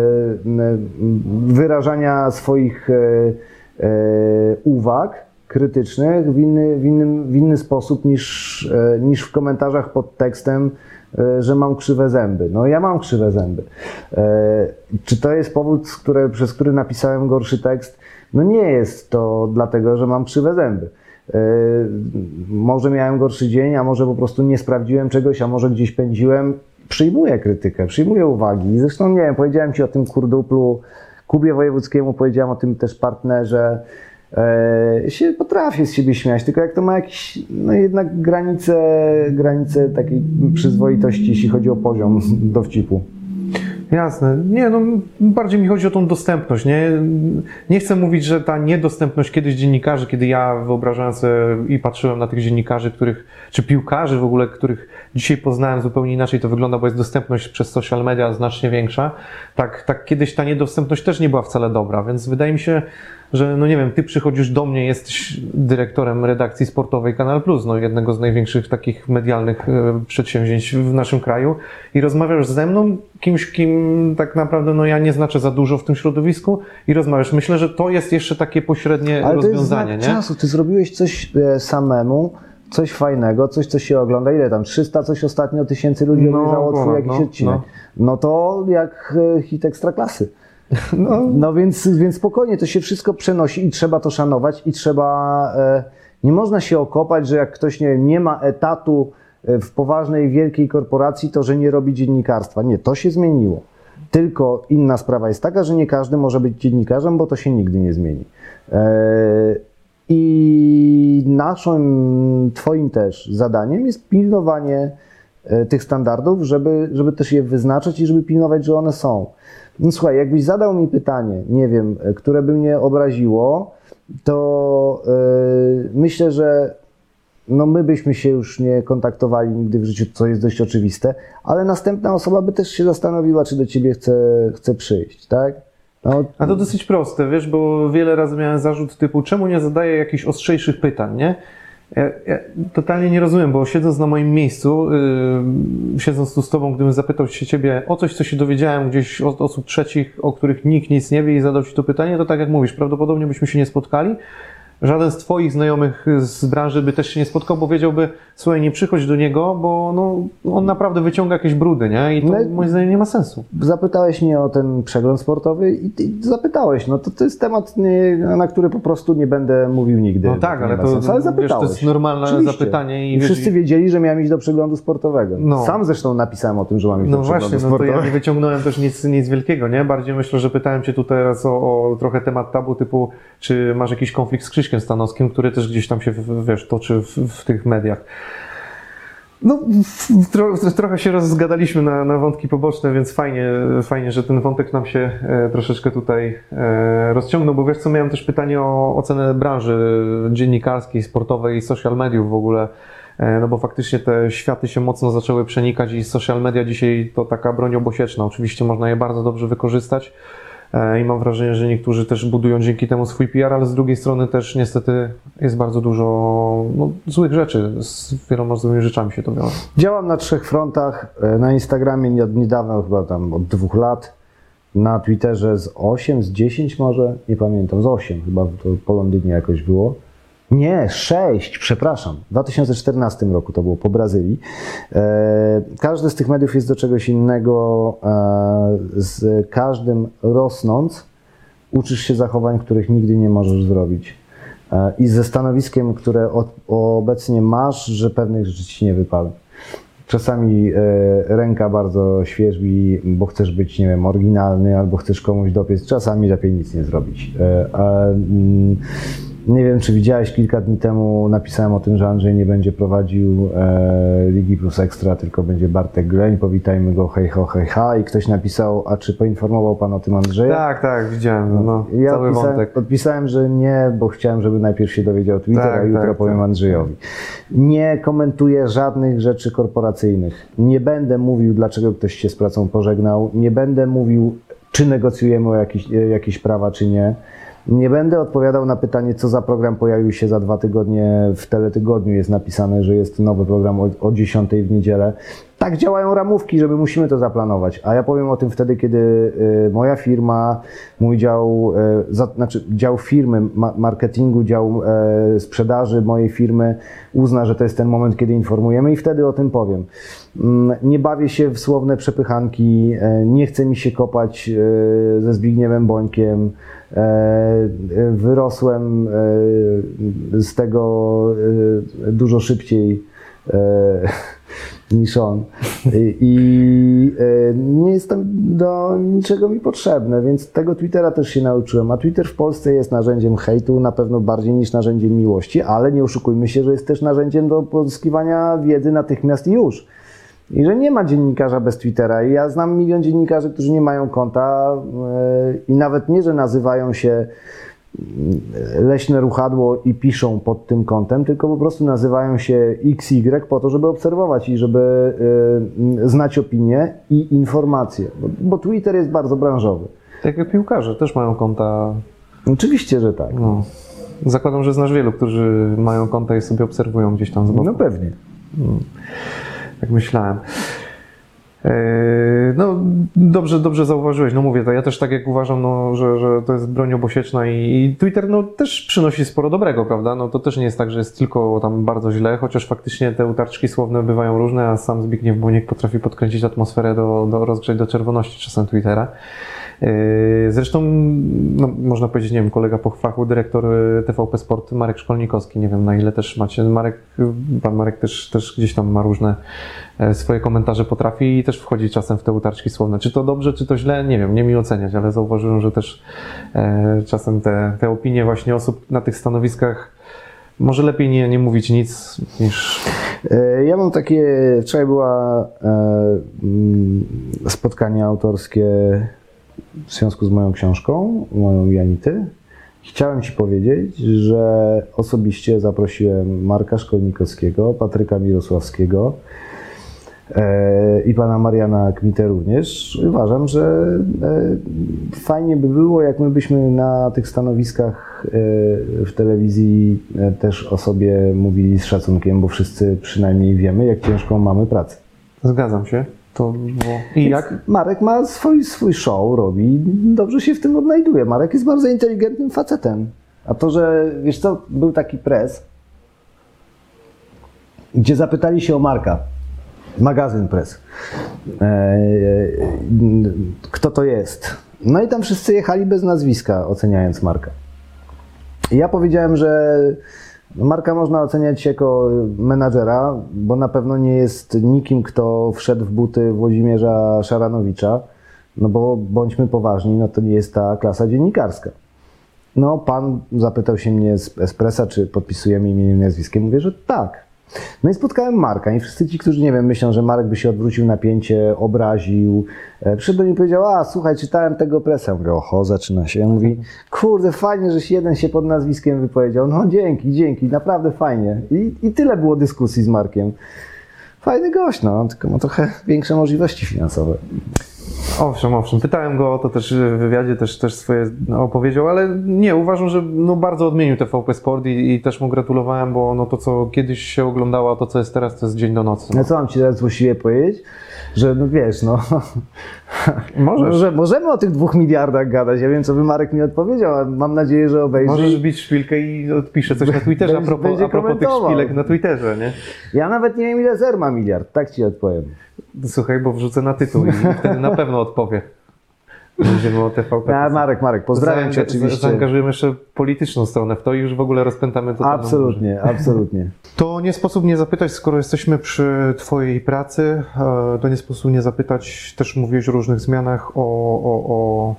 Speaker 2: wyrażania swoich uwag krytycznych w inny, w inny, w inny sposób niż, niż w komentarzach pod tekstem, że mam krzywe zęby. No ja mam krzywe zęby. Czy to jest powód, który, przez który napisałem gorszy tekst? No nie jest to dlatego, że mam krzywe zęby. Może miałem gorszy dzień, a może po prostu nie sprawdziłem czegoś, a może gdzieś pędziłem. Przyjmuję krytykę, przyjmuję uwagi. Zresztą nie wiem, powiedziałem Ci o tym kurduplu, Kubie Wojewódzkiemu, powiedziałem o tym też partnerze. E, się potrafię z siebie śmiać, tylko jak to ma jakieś, no jednak granice, granice takiej przyzwoitości, jeśli chodzi o poziom dowcipu.
Speaker 1: Jasne. Nie, no bardziej mi chodzi o tą dostępność, nie? Nie chcę mówić, że ta niedostępność kiedyś dziennikarzy, kiedy ja wyobrażałem sobie i patrzyłem na tych dziennikarzy, których, czy piłkarzy w ogóle, których dzisiaj poznałem zupełnie inaczej to wygląda, bo jest dostępność przez social media znacznie większa. Tak, tak kiedyś ta niedostępność też nie była wcale dobra, więc wydaje mi się, że no nie wiem, ty przychodzisz do mnie, jesteś dyrektorem redakcji sportowej Kanal Plus, no jednego z największych takich medialnych e, przedsięwzięć w naszym kraju i rozmawiasz ze mną, kimś, kim tak naprawdę no ja nie znaczę za dużo w tym środowisku i rozmawiasz. Myślę, że to jest jeszcze takie pośrednie
Speaker 2: Ale
Speaker 1: rozwiązanie,
Speaker 2: to jest
Speaker 1: nie?
Speaker 2: czasu, ty zrobiłeś coś e, samemu, coś fajnego, coś, co się ogląda, ile tam, trzysta coś ostatnio tysięcy ludzi
Speaker 1: No,
Speaker 2: obejrzało twój
Speaker 1: ponad,
Speaker 2: jakiś
Speaker 1: no,
Speaker 2: odcinek.
Speaker 1: no.
Speaker 2: No to jak e, hit Ekstraklasy.
Speaker 1: No,
Speaker 2: No więc, więc spokojnie, to się wszystko przenosi i trzeba to szanować i trzeba, e, nie można się okopać, że jak ktoś nie, nie ma etatu w poważnej, wielkiej korporacji, to że nie robi dziennikarstwa. Nie, to się zmieniło. Tylko inna sprawa jest taka, że nie każdy może być dziennikarzem, bo to się nigdy nie zmieni. I naszym, twoim też zadaniem jest pilnowanie tych standardów, żeby, żeby też je wyznaczyć i żeby pilnować, że one są. No słuchaj, jakbyś zadał mi pytanie, nie wiem, które by mnie obraziło, to yy, myślę, że no my byśmy się już nie kontaktowali nigdy w życiu, co jest dość oczywiste, ale następna osoba by też się zastanowiła, czy do ciebie chce, chce przyjść, tak? No.
Speaker 1: A to dosyć proste, wiesz, bo wiele razy miałem zarzut typu, czemu nie zadaję jakichś ostrzejszych pytań, nie? Ja, ja totalnie nie rozumiem, bo siedząc na moim miejscu, yy, siedząc tu z tobą, gdybym zapytał się ciebie o coś, co się dowiedziałem gdzieś od osób trzecich, o których nikt nic nie wie i zadał ci to pytanie, to tak jak mówisz, prawdopodobnie byśmy się nie spotkali. Żaden z twoich znajomych z branży by też się nie spotkał, bo wiedziałby, słuchaj, nie przychodź do niego, bo no, on naprawdę wyciąga jakieś brudy, nie? I to
Speaker 2: no,
Speaker 1: moim zdaniem nie ma sensu.
Speaker 2: Zapytałeś mnie o ten przegląd sportowy i ty zapytałeś, no to, to jest temat, nie, na który po prostu nie będę mówił nigdy.
Speaker 1: No tak, ale to,
Speaker 2: sensu, ale
Speaker 1: wiesz, to jest normalne
Speaker 2: Oczywiście.
Speaker 1: zapytanie. I,
Speaker 2: I
Speaker 1: wiesz,
Speaker 2: wszyscy wiedzieli, że miałem iść do przeglądu sportowego.
Speaker 1: No.
Speaker 2: Sam zresztą napisałem o tym, że mam iść
Speaker 1: no
Speaker 2: do przeglądu
Speaker 1: właśnie,
Speaker 2: sportowego.
Speaker 1: No to ja nie wyciągnąłem też nic, nic wielkiego, nie? Bardziej myślę, że pytałem cię tu teraz o, o trochę temat tabu, typu, czy masz jakiś konflikt z Krzyśkiem Stanowskim, który też gdzieś tam się, wiesz, toczy w, w tych mediach. No, tro, trochę się rozgadaliśmy na, na wątki poboczne, więc fajnie, fajnie, że ten wątek nam się e, troszeczkę tutaj e, rozciągnął, bo wiesz co, miałem też pytanie o ocenę branży dziennikarskiej, sportowej i social mediów w ogóle, e, no bo faktycznie te światy się mocno zaczęły przenikać i social media dzisiaj to taka broń obosieczna. Oczywiście można je bardzo dobrze wykorzystać i mam wrażenie, że niektórzy też budują dzięki temu swój P R, ale z drugiej strony też niestety jest bardzo dużo no, złych rzeczy, z wieloma złymi rzeczami się to wiąże.
Speaker 2: Działam na trzech frontach, na Instagramie od niedawna, chyba tam od dwóch lat, na Twitterze z osiem, z dziesięć może, nie pamiętam, z osiem chyba, to po Londynie jakoś było. Nie, sześć, przepraszam. W dwa tysiące czternastym roku to było po Brazylii. E, każdy z tych mediów jest do czegoś innego. E, z każdym rosnąc uczysz się zachowań, których nigdy nie możesz zrobić. E, I ze stanowiskiem, które od, obecnie masz, że pewnych rzeczy ci nie wypala. Czasami e, ręka bardzo świerzbi, bo chcesz być, nie wiem, oryginalny, albo chcesz komuś dopiec. Czasami lepiej nic nie zrobić. E, a, mm, Nie wiem, czy widziałeś, kilka dni temu napisałem o tym, że Andrzej nie będzie prowadził e, Ligi Plus Ekstra, tylko będzie Bartek Gleń, powitajmy go, hej ho, hej ha. I ktoś napisał, a czy poinformował pan o tym Andrzeja?
Speaker 1: Tak, tak, widziałem, no,
Speaker 2: ja
Speaker 1: cały
Speaker 2: odpisałem,
Speaker 1: wątek.
Speaker 2: odpisałem, że nie, bo chciałem, żeby najpierw się dowiedział Twitter,
Speaker 1: tak,
Speaker 2: a jutro
Speaker 1: tak,
Speaker 2: powiem
Speaker 1: tak.
Speaker 2: Andrzejowi. Nie komentuję żadnych rzeczy korporacyjnych. Nie będę mówił, dlaczego ktoś się z pracą pożegnał. Nie będę mówił, czy negocjujemy o jakieś, jakieś prawa, czy nie. Nie będę odpowiadał na pytanie, co za program pojawił się za dwa tygodnie w Teletygodniu. Jest napisane, że jest nowy program o, o dziesiątej w niedzielę. Tak działają ramówki, że my musimy to zaplanować. A ja powiem o tym wtedy, kiedy y, moja firma, mój dział, y, za, znaczy dział firmy, ma, marketingu, dział y, sprzedaży mojej firmy uzna, że to jest ten moment, kiedy informujemy i wtedy o tym powiem. Y, nie bawię się w słowne przepychanki, y, nie chce mi się kopać y, ze Zbigniewem Bońkiem. Wyrosłem z tego dużo szybciej niż on i nie jestem do niczego mi potrzebny, więc tego Twittera też się nauczyłem, a Twitter w Polsce jest narzędziem hejtu na pewno bardziej niż narzędziem miłości, ale nie oszukujmy się, że jest też narzędziem do pozyskiwania wiedzy natychmiast i już. I że nie ma dziennikarza bez Twittera. I ja znam milion dziennikarzy, którzy nie mają konta yy, i nawet nie, że nazywają się Leśne Ruchadło i piszą pod tym kontem, tylko po prostu nazywają się X Y po to, żeby obserwować i żeby yy, znać opinie i informacje. Bo, bo Twitter jest bardzo branżowy.
Speaker 1: Tak jak piłkarze też mają konta.
Speaker 2: Oczywiście, że tak.
Speaker 1: No. Zakładam, że znasz wielu, którzy mają konta i sobie obserwują gdzieś tam z boku.
Speaker 2: No pewnie.
Speaker 1: Hmm. Jak myślałem. No dobrze, dobrze zauważyłeś, no mówię, to ja też tak jak uważam, no, że, że to jest broń obosieczna i, i Twitter no, też przynosi sporo dobrego, prawda? No to też nie jest tak, że jest tylko tam bardzo źle, chociaż faktycznie te utarczki słowne bywają różne, a sam Zbigniew Boniek potrafi podkręcić atmosferę, do, do rozgrzeć do czerwoności czasem Twittera. Zresztą, no, można powiedzieć, nie wiem, kolega po fachu, dyrektor T V P Sport Marek Szkolnikowski, nie wiem na ile też macie, Marek, pan Marek też, też gdzieś tam ma różne swoje komentarze potrafi i też też wchodzi czasem w te utarczki słowne. Czy to dobrze, czy to źle, nie wiem, nie mi oceniać, ale zauważyłem, że też e, czasem te, te opinie właśnie osób na tych stanowiskach, może lepiej nie, nie mówić nic niż...
Speaker 2: Ja mam takie, wczoraj była e, spotkanie autorskie w związku z moją książką, moją Janity. Chciałem Ci powiedzieć, że osobiście zaprosiłem Marka Szkolnikowskiego, Patryka Mirosławskiego e, i pana Mariana Kmitę również. Uważam, że e, fajnie by było, jak my byśmy na tych stanowiskach e, w telewizji e, też o sobie mówili z szacunkiem, bo wszyscy przynajmniej wiemy, jak ciężką mamy pracę.
Speaker 1: Zgadzam się. To było... I jak?
Speaker 2: Marek ma swój, swój show, robi, dobrze się w tym odnajduje. Marek jest bardzo inteligentnym facetem. A to, że, wiesz co, był taki press, gdzie zapytali się o Marka, magazyn press, eee, kto to jest. No i tam wszyscy jechali bez nazwiska, oceniając Marka. I ja powiedziałem, że Marka można oceniać jako menadżera, bo na pewno nie jest nikim, kto wszedł w buty Włodzimierza Szaranowicza, no bo bądźmy poważni, no to nie jest ta klasa dziennikarska. No pan zapytał się mnie z Espressa, czy podpisujemy imieniem i nazwiskiem, mówię, że tak. No i spotkałem Marka i wszyscy ci, którzy, nie wiem, myślą, że Marek by się odwrócił na pięcie, obraził. Przyszedł do mnie i powiedział, a słuchaj, czytałem tego pressa. Ja mówię, oho, zaczyna się. Ja mówi, kurde, fajnie, żeś jeden się pod nazwiskiem wypowiedział. No dzięki, dzięki, naprawdę fajnie. I, i tyle było dyskusji z Markiem. Fajny gość, no, tylko ma trochę większe możliwości finansowe.
Speaker 1: Owszem, owszem. Pytałem go o to też w wywiadzie, też, też swoje opowiedział, ale nie, uważam, że no bardzo odmienił T V P Sport i, i też mu gratulowałem, bo no to, co kiedyś się oglądało, a to, co jest teraz, to jest dzień do nocy. No,
Speaker 2: no co mam Ci teraz właściwie powiedzieć? Że no wiesz, no...
Speaker 1: Możesz.
Speaker 2: Może, możemy o tych dwóch miliardach gadać. Ja wiem, co by Marek mi odpowiedział, ale mam nadzieję, że obejrzy.
Speaker 1: Możesz bić szpilkę i odpiszę coś na Twitterze
Speaker 2: będzie,
Speaker 1: a propos, a propos tych szpilek na Twitterze, nie?
Speaker 2: Ja nawet nie wiem, ile zer ma miliard, tak Ci odpowiem.
Speaker 1: Słuchaj, bo wrzucę na tytuł i wtedy na pewno odpowie. Będziemy o T V P.
Speaker 2: Ja, Marek, Marek, pozdrawiam Cię oczywiście.
Speaker 1: Zaangażujemy jeszcze polityczną stronę w to i już w ogóle rozpętamy to.
Speaker 2: Absolutnie, absolutnie.
Speaker 1: To nie sposób nie zapytać, skoro jesteśmy przy Twojej pracy, to nie sposób nie zapytać, też mówiłeś o różnych zmianach, o, o, o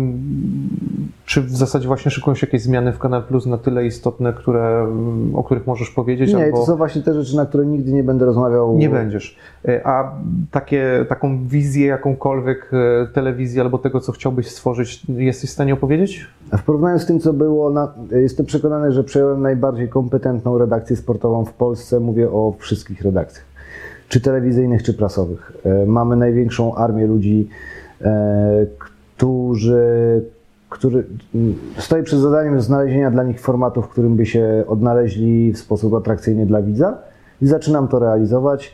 Speaker 1: czy w zasadzie właśnie szykują się jakieś zmiany w Kanal Plus na tyle istotne, które, o których możesz powiedzieć?
Speaker 2: Nie,
Speaker 1: albo...
Speaker 2: to są właśnie te rzeczy, na które nigdy nie będę rozmawiał.
Speaker 1: Nie będziesz. A takie, taką wizję jakąkolwiek telewizji albo tego, co chciałbyś stworzyć, jesteś w stanie opowiedzieć?
Speaker 2: W porównaniu z tym, co było, na, jestem przekonany, że przejąłem najbardziej kompetentną redakcję sportową w Polsce. Mówię o wszystkich redakcjach, czy telewizyjnych, czy prasowych. Mamy największą armię ludzi, którzy, którzy stoi przed zadaniem znalezienia dla nich formatu, w którym by się odnaleźli w sposób atrakcyjny dla widza i zaczynam to realizować.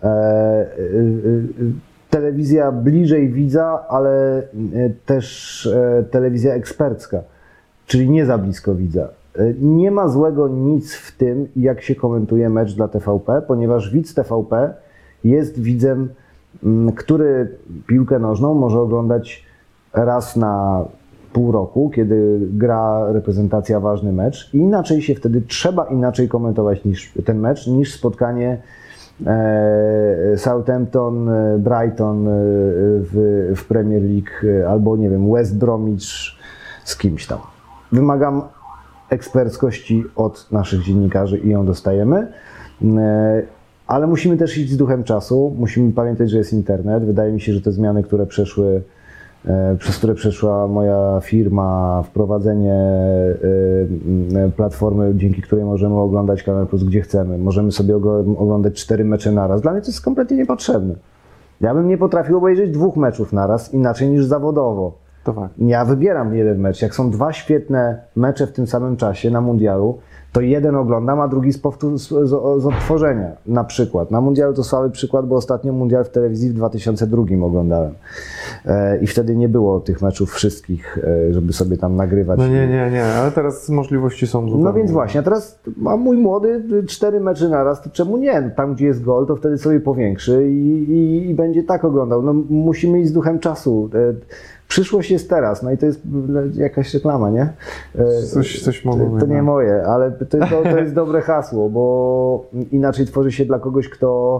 Speaker 2: Telewizja bliżej widza, ale też telewizja ekspercka, czyli nie za blisko widza. Nie ma złego nic w tym, jak się komentuje mecz dla T V P, ponieważ widz T V P jest widzem, który piłkę nożną może oglądać raz na pół roku, kiedy gra reprezentacja ważny mecz i inaczej się wtedy trzeba inaczej komentować niż ten mecz, niż spotkanie Southampton, Brighton w, w Premier League albo nie wiem, West Bromwich z kimś tam. Wymagam eksperckości od naszych dziennikarzy i ją dostajemy, ale musimy też iść z duchem czasu, musimy pamiętać, że jest internet. Wydaje mi się, że te zmiany, które przeszły, przez które przeszła moja firma, wprowadzenie platformy, dzięki której możemy oglądać Kanal Plus gdzie chcemy, możemy sobie oglądać cztery mecze naraz. Dla mnie to jest kompletnie niepotrzebne. Ja bym nie potrafił obejrzeć dwóch meczów naraz, inaczej niż zawodowo.
Speaker 1: To fakt.
Speaker 2: Ja wybieram jeden mecz. Jak są dwa świetne mecze w tym samym czasie na mundialu, to jeden oglądam, a drugi z, powtór- z, z, z odtworzenia, na przykład. Na mundialu to słaby przykład, bo ostatnio mundial w telewizji w dwa tysiące drugim oglądałem. E, I wtedy nie było tych meczów wszystkich, e, żeby sobie tam nagrywać.
Speaker 1: No nie, nie, nie, ale teraz możliwości są zupełnie.
Speaker 2: No więc właśnie, a teraz a mój młody cztery mecze naraz, to czemu nie? Tam, gdzie jest gol, to wtedy sobie powiększy i, i, i będzie tak oglądał. No musimy iść z duchem czasu. E, Przyszłość jest teraz, no i to jest jakaś reklama, nie?
Speaker 1: Coś, coś mogło
Speaker 2: To, to nie moje, ale to, to, to jest dobre hasło, bo inaczej tworzy się dla kogoś, kto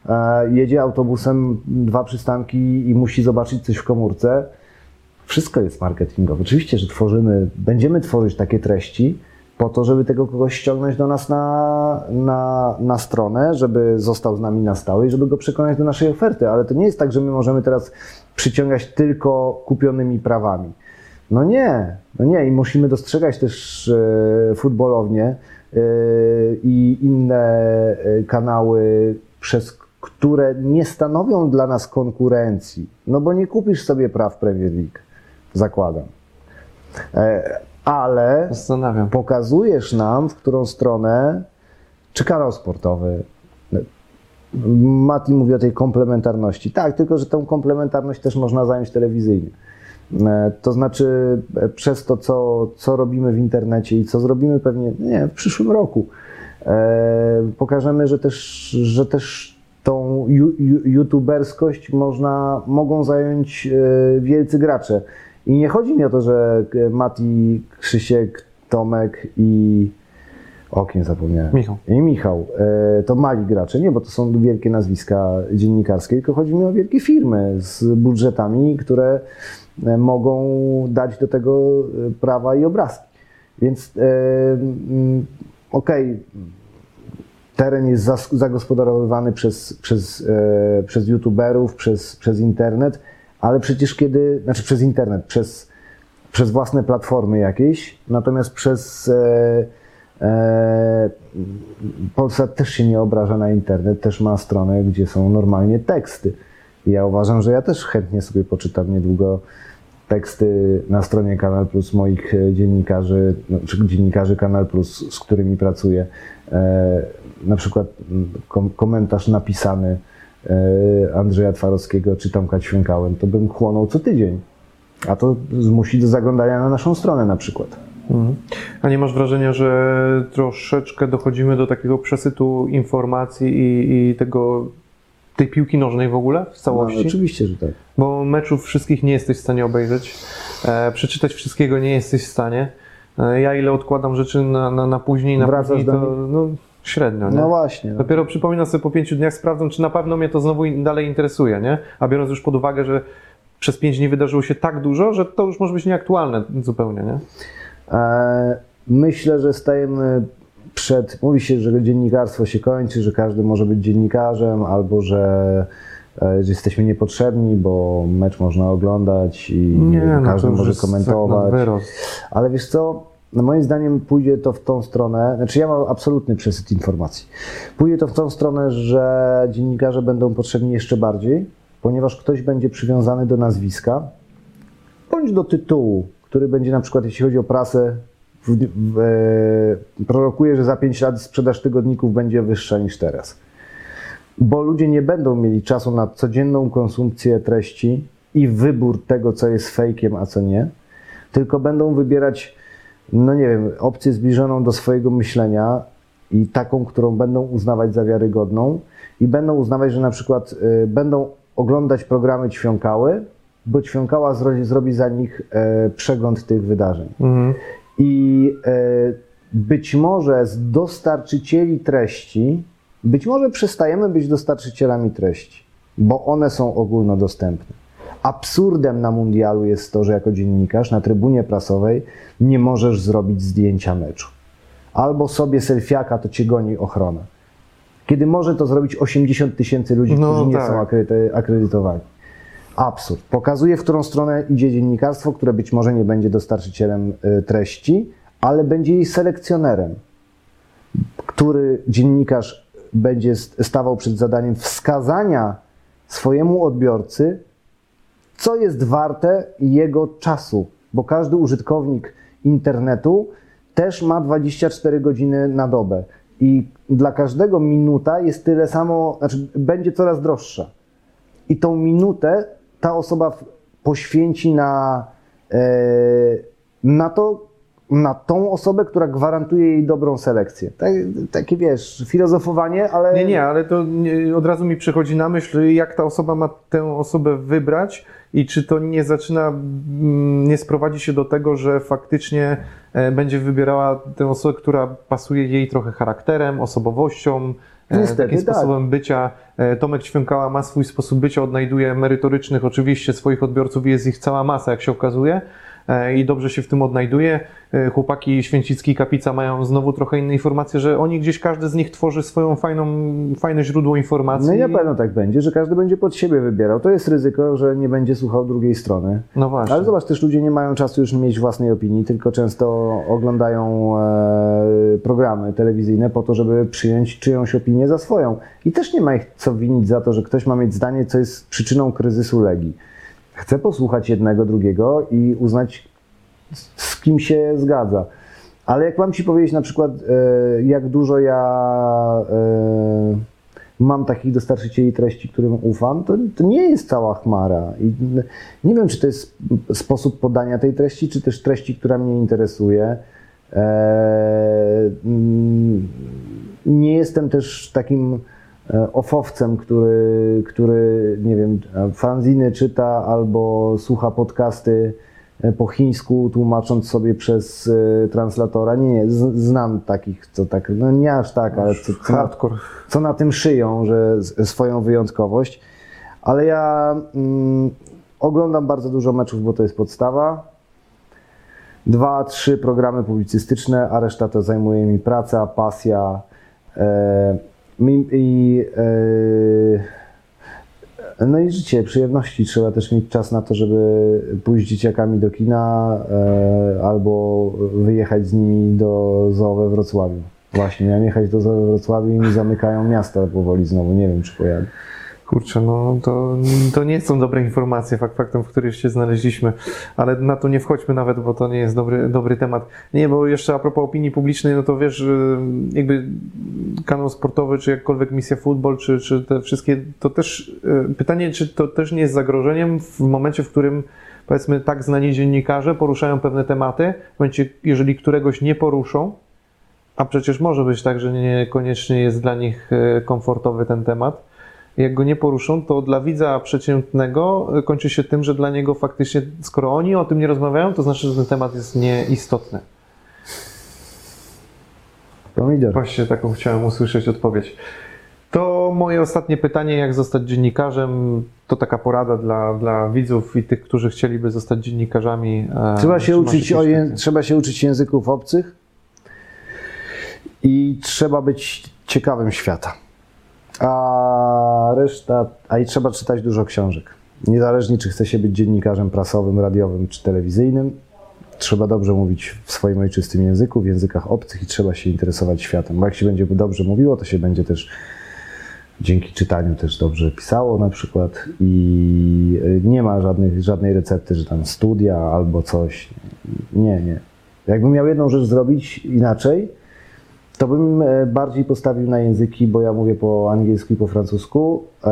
Speaker 2: e, jedzie autobusem dwa przystanki i musi zobaczyć coś w komórce. Wszystko jest marketingowe. Oczywiście, że tworzymy, będziemy tworzyć takie treści po to, żeby tego kogoś ściągnąć do nas na, na, na stronę, żeby został z nami na stałe i żeby go przekonać do naszej oferty. Ale to nie jest tak, że my możemy teraz przyciągać tylko kupionymi prawami. No nie, no nie. I musimy dostrzegać też e, futbolownie e, i inne e, kanały, przez które nie stanowią dla nas konkurencji. No bo nie kupisz sobie praw Premier League, zakładam. E, ale
Speaker 1: Zastanawiam.
Speaker 2: pokazujesz nam, w którą stronę, czy kanał sportowy. Mati mówi o tej komplementarności. Tak, tylko że tę komplementarność też można zająć telewizyjnie. To znaczy przez to, co, co robimy w internecie i co zrobimy pewnie nie, w przyszłym roku, pokażemy, że też, że też tą ju, ju, youtuberskość można, mogą zająć wielcy gracze. I nie chodzi mi o to, że Mati, Krzysiek, Tomek i Okien zapomniałem.
Speaker 1: Michał.
Speaker 2: I Michał. To mali gracze. Nie, bo to są wielkie nazwiska dziennikarskie, tylko chodzi mi o wielkie firmy z budżetami, które mogą dać do tego prawa i obrazki. Więc okej, okay, teren jest zagospodarowywany przez, przez, przez youtuberów, przez, przez internet, ale przecież kiedy, znaczy przez internet, przez, przez własne platformy jakieś, natomiast przez e, e, Polsat też się nie obraża na internet, też ma stronę, gdzie są normalnie teksty. I ja uważam, że ja też chętnie sobie poczytam niedługo teksty na stronie Kanal Plus moich dziennikarzy, czy dziennikarzy Kanal Plus, z którymi pracuję. E, na przykład kom, komentarz napisany Andrzeja Twarowskiego czy Tomka Ćwiękałem, to bym chłonął co tydzień. A to zmusi do zaglądania na naszą stronę na przykład.
Speaker 1: Mhm. A nie masz wrażenia, że troszeczkę dochodzimy do takiego przesytu informacji i, i tego, tej piłki nożnej w ogóle w całości?
Speaker 2: No, oczywiście, że tak.
Speaker 1: Bo meczów wszystkich nie jesteś w stanie obejrzeć, e, przeczytać wszystkiego nie jesteś w stanie. E, ja ile odkładam rzeczy na, na, na później, na
Speaker 2: Wracasz
Speaker 1: później,
Speaker 2: do
Speaker 1: to no, średnio, nie?
Speaker 2: No właśnie. No.
Speaker 1: Dopiero przypominam sobie po pięciu dniach, sprawdzam, czy na pewno mnie to znowu dalej interesuje, nie? A biorąc już pod uwagę, że przez pięć dni wydarzyło się tak dużo, że to już może być nieaktualne zupełnie, nie?
Speaker 2: E, myślę, że stajemy przed... Mówi się, że dziennikarstwo się kończy, że każdy może być dziennikarzem, albo że, e, że jesteśmy niepotrzebni, bo mecz można oglądać i
Speaker 1: nie, no
Speaker 2: każdy może
Speaker 1: jest
Speaker 2: komentować.
Speaker 1: wyrost.
Speaker 2: Ale wiesz co? No moim zdaniem pójdzie to w tą stronę, znaczy ja mam absolutny przesyt informacji. Pójdzie to w tą stronę, że dziennikarze będą potrzebni jeszcze bardziej, ponieważ ktoś będzie przywiązany do nazwiska bądź do tytułu, który będzie na przykład, jeśli chodzi o prasę, w, w, e, prorokuje, że za pięć lat sprzedaż tygodników będzie wyższa niż teraz. Bo ludzie nie będą mieli czasu na codzienną konsumpcję treści i wybór tego, co jest fejkiem, a co nie, tylko będą wybierać, no nie wiem, opcję zbliżoną do swojego myślenia i taką, którą będą uznawać za wiarygodną i będą uznawać, że na przykład y, będą oglądać programy Ćwiąkały, bo Ćwiąkała zrobi, zrobi za nich y, przegląd tych wydarzeń. Mhm. I y, być może z dostarczycieli treści, być może przestajemy być dostarczycielami treści, bo one są ogólnodostępne. Absurdem na mundialu jest to, że jako dziennikarz na trybunie prasowej nie możesz zrobić zdjęcia meczu. Albo sobie selfiaka, to cię goni ochrona. Kiedy może to zrobić osiemdziesiąt tysięcy ludzi,
Speaker 1: no,
Speaker 2: którzy nie
Speaker 1: tak.
Speaker 2: są akredyty- akredytowani. Absurd. Pokazuje, w którą stronę idzie dziennikarstwo, które być może nie będzie dostarczycielem y, treści, ale będzie jej selekcjonerem, który dziennikarz będzie stawał przed zadaniem wskazania swojemu odbiorcy, co jest warte jego czasu, bo każdy użytkownik internetu też ma dwadzieścia cztery godziny na dobę i dla każdego minuta jest tyle samo, znaczy będzie coraz droższa. I tą minutę ta osoba poświęci na, e, na to, na tą osobę, która gwarantuje jej dobrą selekcję. Tak, takie wiesz, filozofowanie, ale...
Speaker 1: Nie, nie, ale to nie, od razu mi przychodzi na myśl, jak ta osoba ma tę osobę wybrać i czy to nie zaczyna, nie sprowadzi się do tego, że faktycznie będzie wybierała tę osobę, która pasuje jej trochę charakterem, osobowością,
Speaker 2: Niestety,
Speaker 1: takim
Speaker 2: tak.
Speaker 1: sposobem bycia, Tomek Ćwiąkała ma swój sposób bycia, odnajduje merytorycznych oczywiście swoich odbiorców, jest ich cała masa, jak się okazuje, i dobrze się w tym odnajduje. Chłopaki Święcicki i Kapica mają znowu trochę inne informacje, że oni gdzieś, każdy z nich tworzy swoją fajną, fajne źródło informacji.
Speaker 2: No i na pewno tak będzie, że każdy będzie pod siebie wybierał. To jest ryzyko, że nie będzie słuchał drugiej strony.
Speaker 1: No właśnie.
Speaker 2: Ale zobacz, też ludzie nie mają czasu już mieć własnej opinii, tylko często oglądają e, programy telewizyjne po to, żeby przyjąć czyjąś opinię za swoją. I też nie ma ich co winić za to, że ktoś ma mieć zdanie, co jest przyczyną kryzysu Legii. Chcę posłuchać jednego, drugiego i uznać, z kim się zgadza. Ale jak mam Ci powiedzieć na przykład, jak dużo ja mam takich dostarczycieli treści, którym ufam, to, to nie jest cała chmara. I nie wiem, czy to jest sposób podania tej treści, czy też treści, która mnie interesuje. Nie jestem też takim ofowcem, który, który, nie wiem, fanziny czyta albo słucha podcasty po chińsku, tłumacząc sobie przez translatora. Nie, nie, znam takich, co tak, no nie aż tak, ale co, co, na, co na tym szyją, że swoją wyjątkowość. Ale ja mm, oglądam bardzo dużo meczów, bo to jest podstawa. Dwa, trzy programy publicystyczne, a reszta to zajmuje mi praca, pasja, e, I, e, no i życie, przyjemności. Trzeba też mieć czas na to, żeby pójść z dzieciakami do kina e, albo wyjechać z nimi do zoo we Wrocławiu. Właśnie, miałem jechać do zoo we Wrocławiu i mi zamykają miasto powoli znowu. Nie wiem, czy pojadę.
Speaker 1: Kurczę, no to, to nie są dobre informacje, fakt faktem, w których się znaleźliśmy, ale na to nie wchodźmy nawet, bo to nie jest dobry, dobry temat. Nie, bo jeszcze a propos opinii publicznej, no to wiesz, jakby kanał sportowy, czy jakkolwiek Misja Futbol, czy, czy te wszystkie, to też pytanie, czy to też nie jest zagrożeniem w momencie, w którym powiedzmy tak znani dziennikarze poruszają pewne tematy, w momencie, jeżeli któregoś nie poruszą, a przecież może być tak, że niekoniecznie jest dla nich komfortowy ten temat. Jak go nie poruszą, to dla widza przeciętnego kończy się tym, że dla niego faktycznie, skoro oni o tym nie rozmawiają, to znaczy, że ten temat jest nieistotny.
Speaker 2: Pomidor.
Speaker 1: Właśnie taką chciałem usłyszeć odpowiedź. To moje ostatnie pytanie, jak zostać dziennikarzem, to taka porada dla, dla widzów i tych, którzy chcieliby zostać dziennikarzami.
Speaker 2: Trzeba się, uczyć, o je, trzeba się uczyć języków obcych i trzeba być ciekawym świata. A reszta, a i trzeba czytać dużo książek. Niezależnie, czy chce się być dziennikarzem prasowym, radiowym czy telewizyjnym, trzeba dobrze mówić w swoim ojczystym języku, w językach obcych i trzeba się interesować światem. Bo jak się będzie dobrze mówiło, to się będzie też dzięki czytaniu też dobrze pisało na przykład i nie ma żadnych, żadnej recepty, że tam studia albo coś. Nie, nie. Jakbym miał jedną rzecz zrobić inaczej, to bym bardziej postawił na języki, bo ja mówię po angielsku i po francusku ee,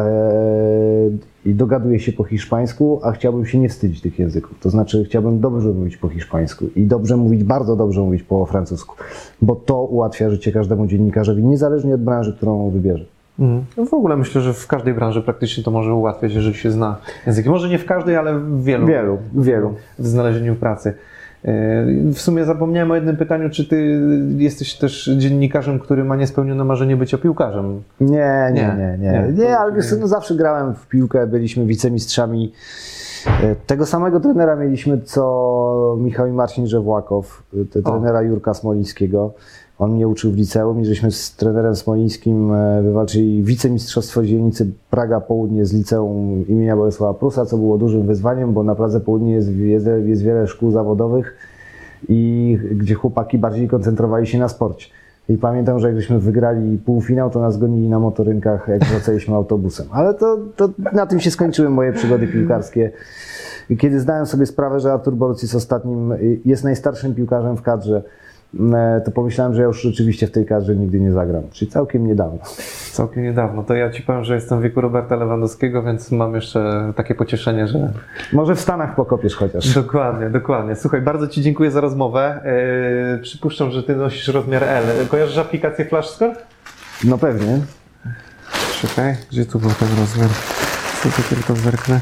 Speaker 2: i dogaduję się po hiszpańsku, a chciałbym się nie wstydzić tych języków. To znaczy chciałbym dobrze mówić po hiszpańsku i dobrze mówić, bardzo dobrze mówić po francusku, bo to ułatwia życie każdemu dziennikarzowi, niezależnie od branży, którą wybierze.
Speaker 1: Mm. No w ogóle myślę, że w każdej branży praktycznie to może ułatwiać, jeżeli się zna języki. Może nie w każdej, ale w wielu.
Speaker 2: Wielu, wielu.
Speaker 1: W znalezieniu pracy. W sumie zapomniałem o jednym pytaniu, czy ty jesteś też dziennikarzem, który ma niespełnione marzenie bycia piłkarzem?
Speaker 2: Nie, nie, nie, nie. Nie, nie ale wiesz, no zawsze grałem w piłkę, byliśmy wicemistrzami. Tego samego trenera mieliśmy, co Michał i Marcin Żewłakow, te trenera Jurka Smolińskiego. On mnie uczył w liceum i żeśmy z trenerem Smolińskim wywalczyli wicemistrzostwo dzielnicy Praga Południe z liceum imienia Bolesława Prusa, co było dużym wyzwaniem, bo na Pradze Południe jest, jest, jest wiele szkół zawodowych i gdzie chłopaki bardziej koncentrowali się na sporcie. I pamiętam, że jak żeśmy wygrali półfinał, to nas gonili na motorynkach, jak wracaliśmy autobusem. Ale to, to na tym się skończyły moje przygody piłkarskie. Kiedy zdałem sobie sprawę, że Artur Boruc jest ostatnim, jest najstarszym piłkarzem w kadrze, to pomyślałem, że ja już rzeczywiście w tej kadrze nigdy nie zagram. Czyli całkiem niedawno.
Speaker 1: Całkiem niedawno. To ja Ci powiem, że jestem w wieku Roberta Lewandowskiego, więc mam jeszcze takie pocieszenie, że...
Speaker 2: Może w Stanach pokopiesz chociaż.
Speaker 1: Dokładnie, dokładnie. Słuchaj, bardzo Ci dziękuję za rozmowę. Yy, przypuszczam, że Ty nosisz rozmiar L. Kojarzysz aplikację FlashScore?
Speaker 2: No pewnie.
Speaker 1: Czekaj, gdzie tu był ten rozmiar? Co to tylko zerknę?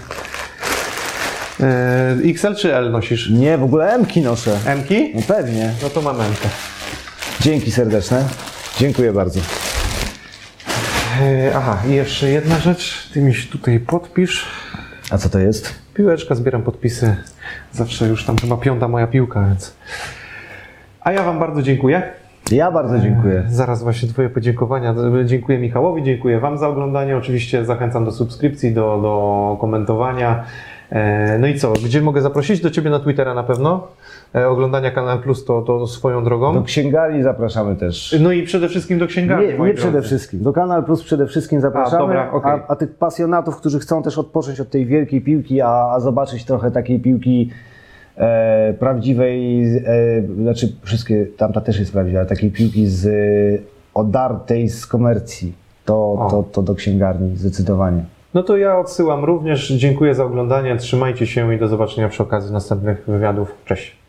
Speaker 1: Yy, X L czy L nosisz?
Speaker 2: Nie, w ogóle M-ki noszę.
Speaker 1: M-ki?
Speaker 2: No pewnie.
Speaker 1: No to mam M-kę.
Speaker 2: Dzięki serdeczne. Dziękuję bardzo.
Speaker 1: E, aha, i jeszcze jedna rzecz. Ty mi się tutaj podpisz.
Speaker 2: A co to jest?
Speaker 1: Piłeczka, zbieram podpisy. Zawsze już tam chyba piąta moja piłka, więc... A ja wam bardzo dziękuję.
Speaker 2: Ja bardzo dziękuję.
Speaker 1: Zaraz właśnie twoje podziękowania. Dziękuję Michałowi, dziękuję wam za oglądanie. Oczywiście zachęcam do subskrypcji, do, do komentowania. No i co, gdzie mogę zaprosić? Do ciebie na Twittera na pewno. Oglądania Kanal Plus to, to swoją drogą.
Speaker 2: Do księgarni zapraszamy też.
Speaker 1: No i przede wszystkim do księgarni.
Speaker 2: Nie, nie przede wszystkim. Do Kanal Plus przede wszystkim zapraszamy. A, dobra, okay. a, a tych pasjonatów, którzy chcą też odpocząć od tej wielkiej piłki, a, a zobaczyć trochę takiej piłki e, prawdziwej, e, znaczy wszystkie, tamta też jest prawdziwa, ale takiej piłki z e, odartej z komercji, to, to, to do księgarni zdecydowanie.
Speaker 1: No to ja odsyłam również. Dziękuję za oglądanie. Trzymajcie się i do zobaczenia przy okazji następnych wywiadów. Cześć.